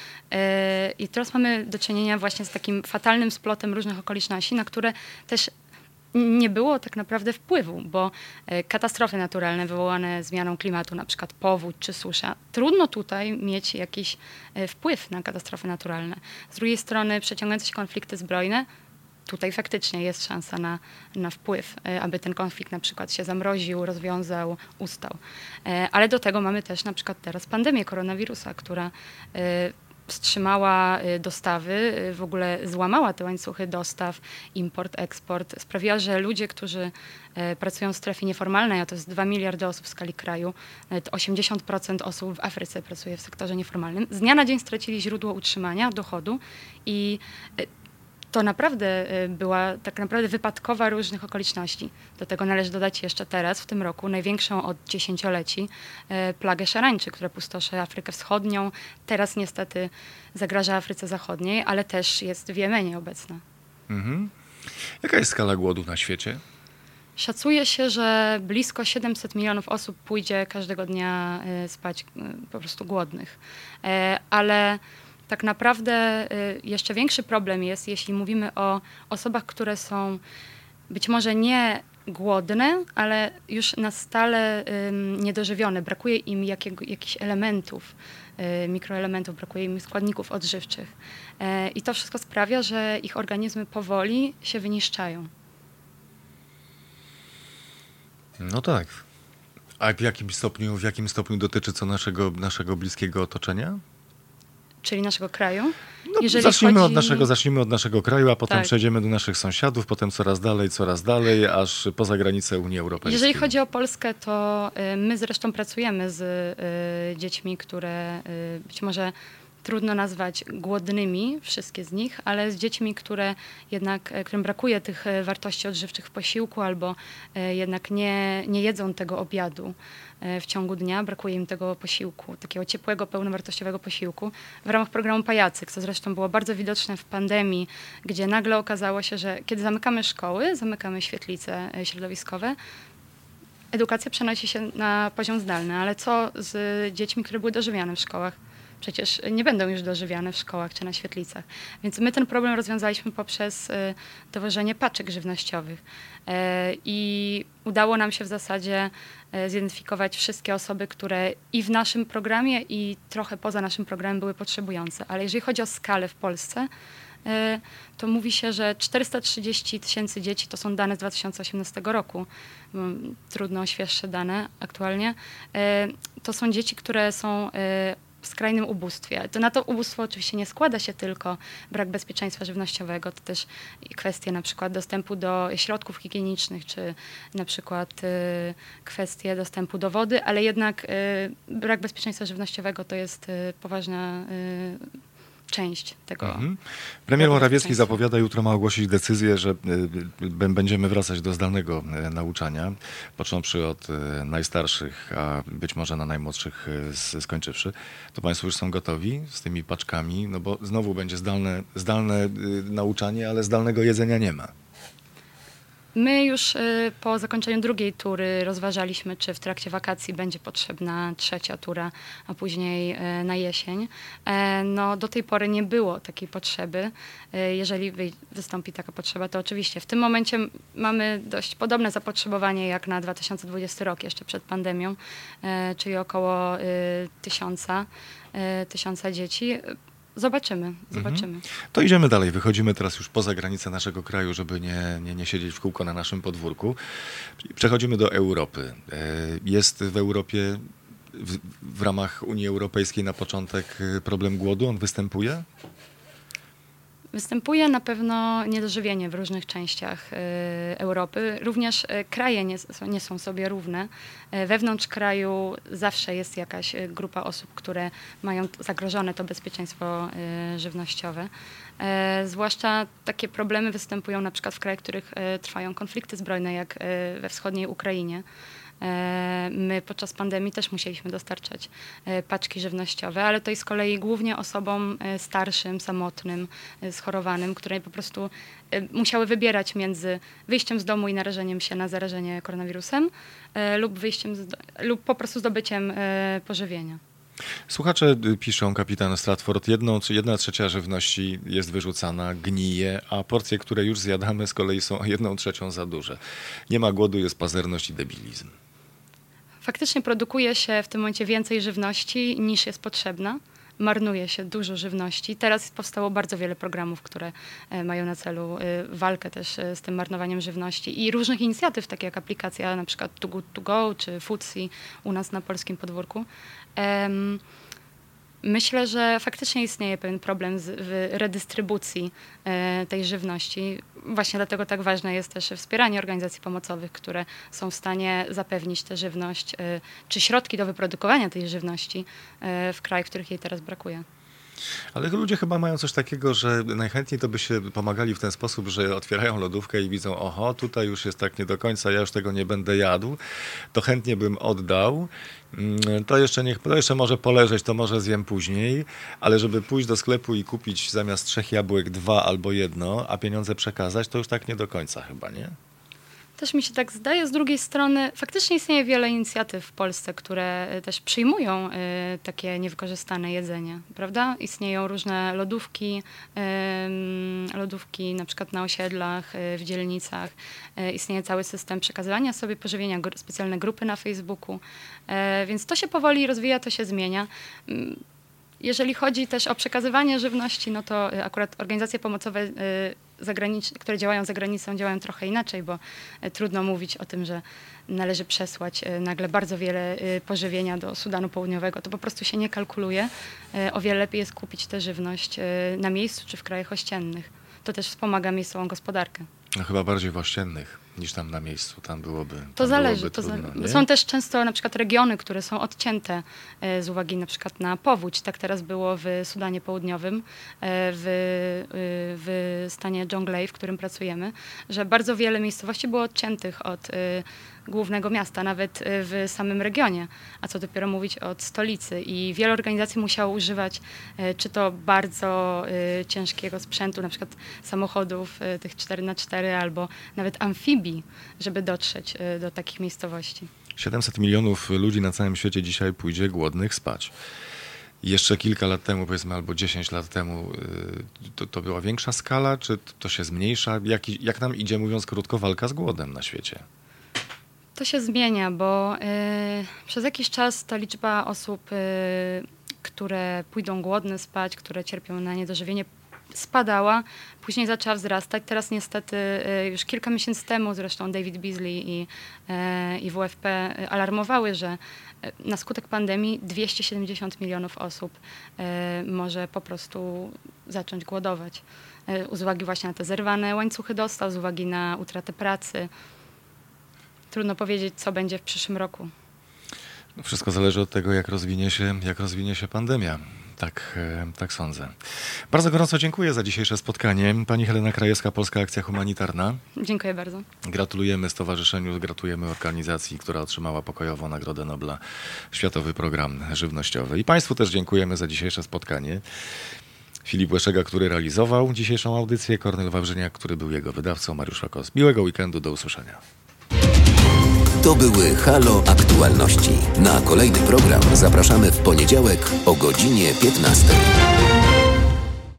[SPEAKER 8] mamy do czynienia właśnie z takim fatalnym splotem różnych okoliczności, na które też nie było tak naprawdę wpływu, bo katastrofy naturalne wywołane zmianą klimatu, na przykład powódź czy susza, trudno tutaj mieć jakiś wpływ na katastrofy naturalne. Z drugiej strony przeciągające się konflikty zbrojne, tutaj faktycznie jest szansa na wpływ, aby ten konflikt na przykład się zamroził, rozwiązał, ustał. Ale do tego mamy też na przykład teraz pandemię koronawirusa, która wstrzymała dostawy, w ogóle złamała te łańcuchy dostaw, import, eksport. Sprawiła, że ludzie, którzy pracują w strefie nieformalnej, a to jest 2 miliardy osób w skali kraju, nawet 80% osób w Afryce pracuje w sektorze nieformalnym, z dnia na dzień stracili źródło utrzymania, dochodu i to naprawdę była tak naprawdę wypadkowa różnych okoliczności. Do tego należy dodać jeszcze teraz, w tym roku, największą od dziesięcioleci plagę szarańczy, która pustoszy Afrykę Wschodnią. Teraz niestety zagraża Afryce Zachodniej, ale też jest w Jemenie obecna.
[SPEAKER 2] Mhm. Jaka jest skala głodu na świecie?
[SPEAKER 8] Szacuje się, że blisko 700 milionów osób pójdzie każdego dnia spać po prostu głodnych. Ale tak naprawdę jeszcze większy problem jest, jeśli mówimy o osobach, które są być może nie głodne, ale już na stale niedożywione. Brakuje im jakichś elementów, mikroelementów, brakuje im składników odżywczych. I to wszystko sprawia, że ich organizmy powoli się wyniszczają.
[SPEAKER 2] No tak. A w jakim stopniu dotyczy to naszego bliskiego otoczenia?
[SPEAKER 8] Czyli naszego kraju.
[SPEAKER 2] No, zacznijmy od naszego kraju, a potem przejdziemy do naszych sąsiadów, potem coraz dalej, aż poza granice Unii Europejskiej.
[SPEAKER 8] Jeżeli chodzi o Polskę, to my zresztą pracujemy z dziećmi, które być może trudno nazwać głodnymi, wszystkie z nich, ale z dziećmi, którym brakuje tych wartości odżywczych w posiłku albo jednak nie jedzą tego obiadu w ciągu dnia, brakuje im tego posiłku, takiego ciepłego, pełnowartościowego posiłku w ramach programu Pajacyk, co zresztą było bardzo widoczne w pandemii, gdzie nagle okazało się, że kiedy zamykamy szkoły, zamykamy świetlice środowiskowe, edukacja przenosi się na poziom zdalny, ale co z dziećmi, które były dożywiane w szkołach? Przecież nie będą już dożywiane w szkołach czy na świetlicach. Więc my ten problem rozwiązaliśmy poprzez dowożenie paczek żywnościowych. I udało nam się w zasadzie zidentyfikować wszystkie osoby, które i w naszym programie, i trochę poza naszym programem były potrzebujące. Ale jeżeli chodzi o skalę w Polsce, to mówi się, że 430 000 dzieci, to są dane z 2018 roku, trudno o świeższe dane aktualnie, to są dzieci, które są w skrajnym ubóstwie. To na to ubóstwo oczywiście nie składa się tylko brak bezpieczeństwa żywnościowego, to też kwestie na przykład dostępu do środków higienicznych, czy na przykład kwestie dostępu do wody, ale jednak brak bezpieczeństwa żywnościowego to jest poważna część tego.
[SPEAKER 2] Premier Morawiecki zapowiada, jutro ma ogłosić decyzję, że będziemy wracać do zdalnego nauczania, począwszy od najstarszych, a być może na najmłodszych skończywszy. To państwo już są gotowi z tymi paczkami, no bo znowu będzie zdalne nauczanie, ale zdalnego jedzenia nie ma.
[SPEAKER 8] My już po zakończeniu drugiej tury rozważaliśmy, czy w trakcie wakacji będzie potrzebna trzecia tura, a później na jesień. No, do tej pory nie było takiej potrzeby. Jeżeli wystąpi taka potrzeba, to oczywiście w tym momencie mamy dość podobne zapotrzebowanie jak na 2020 rok, jeszcze przed pandemią, czyli około 1000 dzieci. Zobaczymy.
[SPEAKER 2] To idziemy dalej. Wychodzimy teraz już poza granicę naszego kraju, żeby nie siedzieć w kółko na naszym podwórku. Przechodzimy do Europy. Jest w Europie w ramach Unii Europejskiej na początek problem głodu? On występuje?
[SPEAKER 8] Występuje na pewno niedożywienie w różnych częściach Europy. Również kraje nie są sobie równe. Wewnątrz kraju zawsze jest jakaś grupa osób, które mają zagrożone to bezpieczeństwo żywnościowe. Zwłaszcza takie problemy występują na przykład w krajach, w których trwają konflikty zbrojne, jak we wschodniej Ukrainie. My podczas pandemii też musieliśmy dostarczać paczki żywnościowe, ale to jest z kolei głównie osobom starszym, samotnym, schorowanym, które po prostu musiały wybierać między wyjściem z domu i narażeniem się na zarażenie koronawirusem lub po prostu zdobyciem pożywienia.
[SPEAKER 2] Słuchacze piszą, kapitan Stratford, 1/3 żywności jest wyrzucana, gnije, a porcje, które już zjadamy, z kolei są o 1/3 za duże. Nie ma głodu, jest pazerność i debilizm.
[SPEAKER 8] Faktycznie produkuje się w tym momencie więcej żywności niż jest potrzebna. Marnuje się dużo żywności. Teraz powstało bardzo wiele programów, które mają na celu walkę też z tym marnowaniem żywności i różnych inicjatyw, takie jak aplikacja na przykład Too Good To Go czy Foodsie u nas na polskim podwórku. myślę, że faktycznie istnieje pewien problem w redystrybucji tej żywności. Właśnie dlatego tak ważne jest też wspieranie organizacji pomocowych, które są w stanie zapewnić tę żywność, czy środki do wyprodukowania tej żywności w krajach, w których jej teraz brakuje.
[SPEAKER 2] Ale ludzie chyba mają coś takiego, że najchętniej to by się pomagali w ten sposób, że otwierają lodówkę i widzą, oho, tutaj już jest tak nie do końca, ja już tego nie będę jadł, to chętnie bym oddał. To jeszcze może poleżeć, to może zjem później, ale żeby pójść do sklepu i kupić zamiast 3 jabłek 2 albo 1, a pieniądze przekazać, to już tak nie do końca chyba, nie?
[SPEAKER 8] Też mi się tak zdaje. Z drugiej strony faktycznie istnieje wiele inicjatyw w Polsce, które też przyjmują takie niewykorzystane jedzenie, prawda? Istnieją różne lodówki na przykład na osiedlach, w dzielnicach. Istnieje cały system przekazywania sobie pożywienia, specjalne grupy na Facebooku. Więc to się powoli rozwija, to się zmienia. Jeżeli chodzi też o przekazywanie żywności, no to akurat organizacje pomocowe które działają za granicą, działają trochę inaczej, bo trudno mówić o tym, że należy przesłać nagle bardzo wiele pożywienia do Sudanu Południowego. To po prostu się nie kalkuluje. O wiele lepiej jest kupić tę żywność na miejscu czy w krajach ościennych. To też wspomaga miejscową gospodarkę.
[SPEAKER 2] No chyba bardziej w ościennych niż tam na miejscu. Tam byłoby
[SPEAKER 8] To zależy.
[SPEAKER 2] Trudno,
[SPEAKER 8] są też często na przykład regiony, które są odcięte z uwagi na przykład na powódź. Tak teraz było w Sudanie Południowym, w stanie Jonglei, w którym pracujemy, że bardzo wiele miejscowości było odciętych od głównego miasta, nawet w samym regionie, a co dopiero mówić od stolicy. I wiele organizacji musiało używać czy to bardzo ciężkiego sprzętu, na przykład samochodów tych 4x4 albo nawet amfibii, żeby dotrzeć do takich miejscowości.
[SPEAKER 2] 700 milionów ludzi na całym świecie dzisiaj pójdzie głodnych spać. Jeszcze kilka lat temu, powiedzmy, albo 10 lat temu, to była większa skala, czy to się zmniejsza? Jak nam idzie, mówiąc krótko, walka z głodem na świecie?
[SPEAKER 8] To się zmienia, bo przez jakiś czas ta liczba osób, które pójdą głodne spać, które cierpią na niedożywienie, spadała, później zaczęła wzrastać. Teraz niestety już kilka miesięcy temu zresztą David Beasley i WFP alarmowały, że na skutek pandemii 270 milionów osób może po prostu zacząć głodować. Z uwagi właśnie na te zerwane łańcuchy dostaw, z uwagi na utratę pracy. Trudno powiedzieć, co będzie w przyszłym roku.
[SPEAKER 2] No wszystko zależy od tego, jak rozwinie się pandemia. Tak sądzę. Bardzo gorąco dziękuję za dzisiejsze spotkanie. Pani Helena Krajewska, Polska Akcja Humanitarna.
[SPEAKER 8] Dziękuję bardzo.
[SPEAKER 2] Gratulujemy stowarzyszeniu, gratulujemy organizacji, która otrzymała pokojową Nagrodę Nobla, Światowy Program Żywnościowy. I Państwu też dziękujemy za dzisiejsze spotkanie. Filip Łeszega, który realizował dzisiejszą audycję, Kornel Wawrzyniak, który był jego wydawcą, Mariusz Rokos. Miłego weekendu, do usłyszenia.
[SPEAKER 1] To były Halo Aktualności. Na kolejny program zapraszamy w poniedziałek o godzinie 15.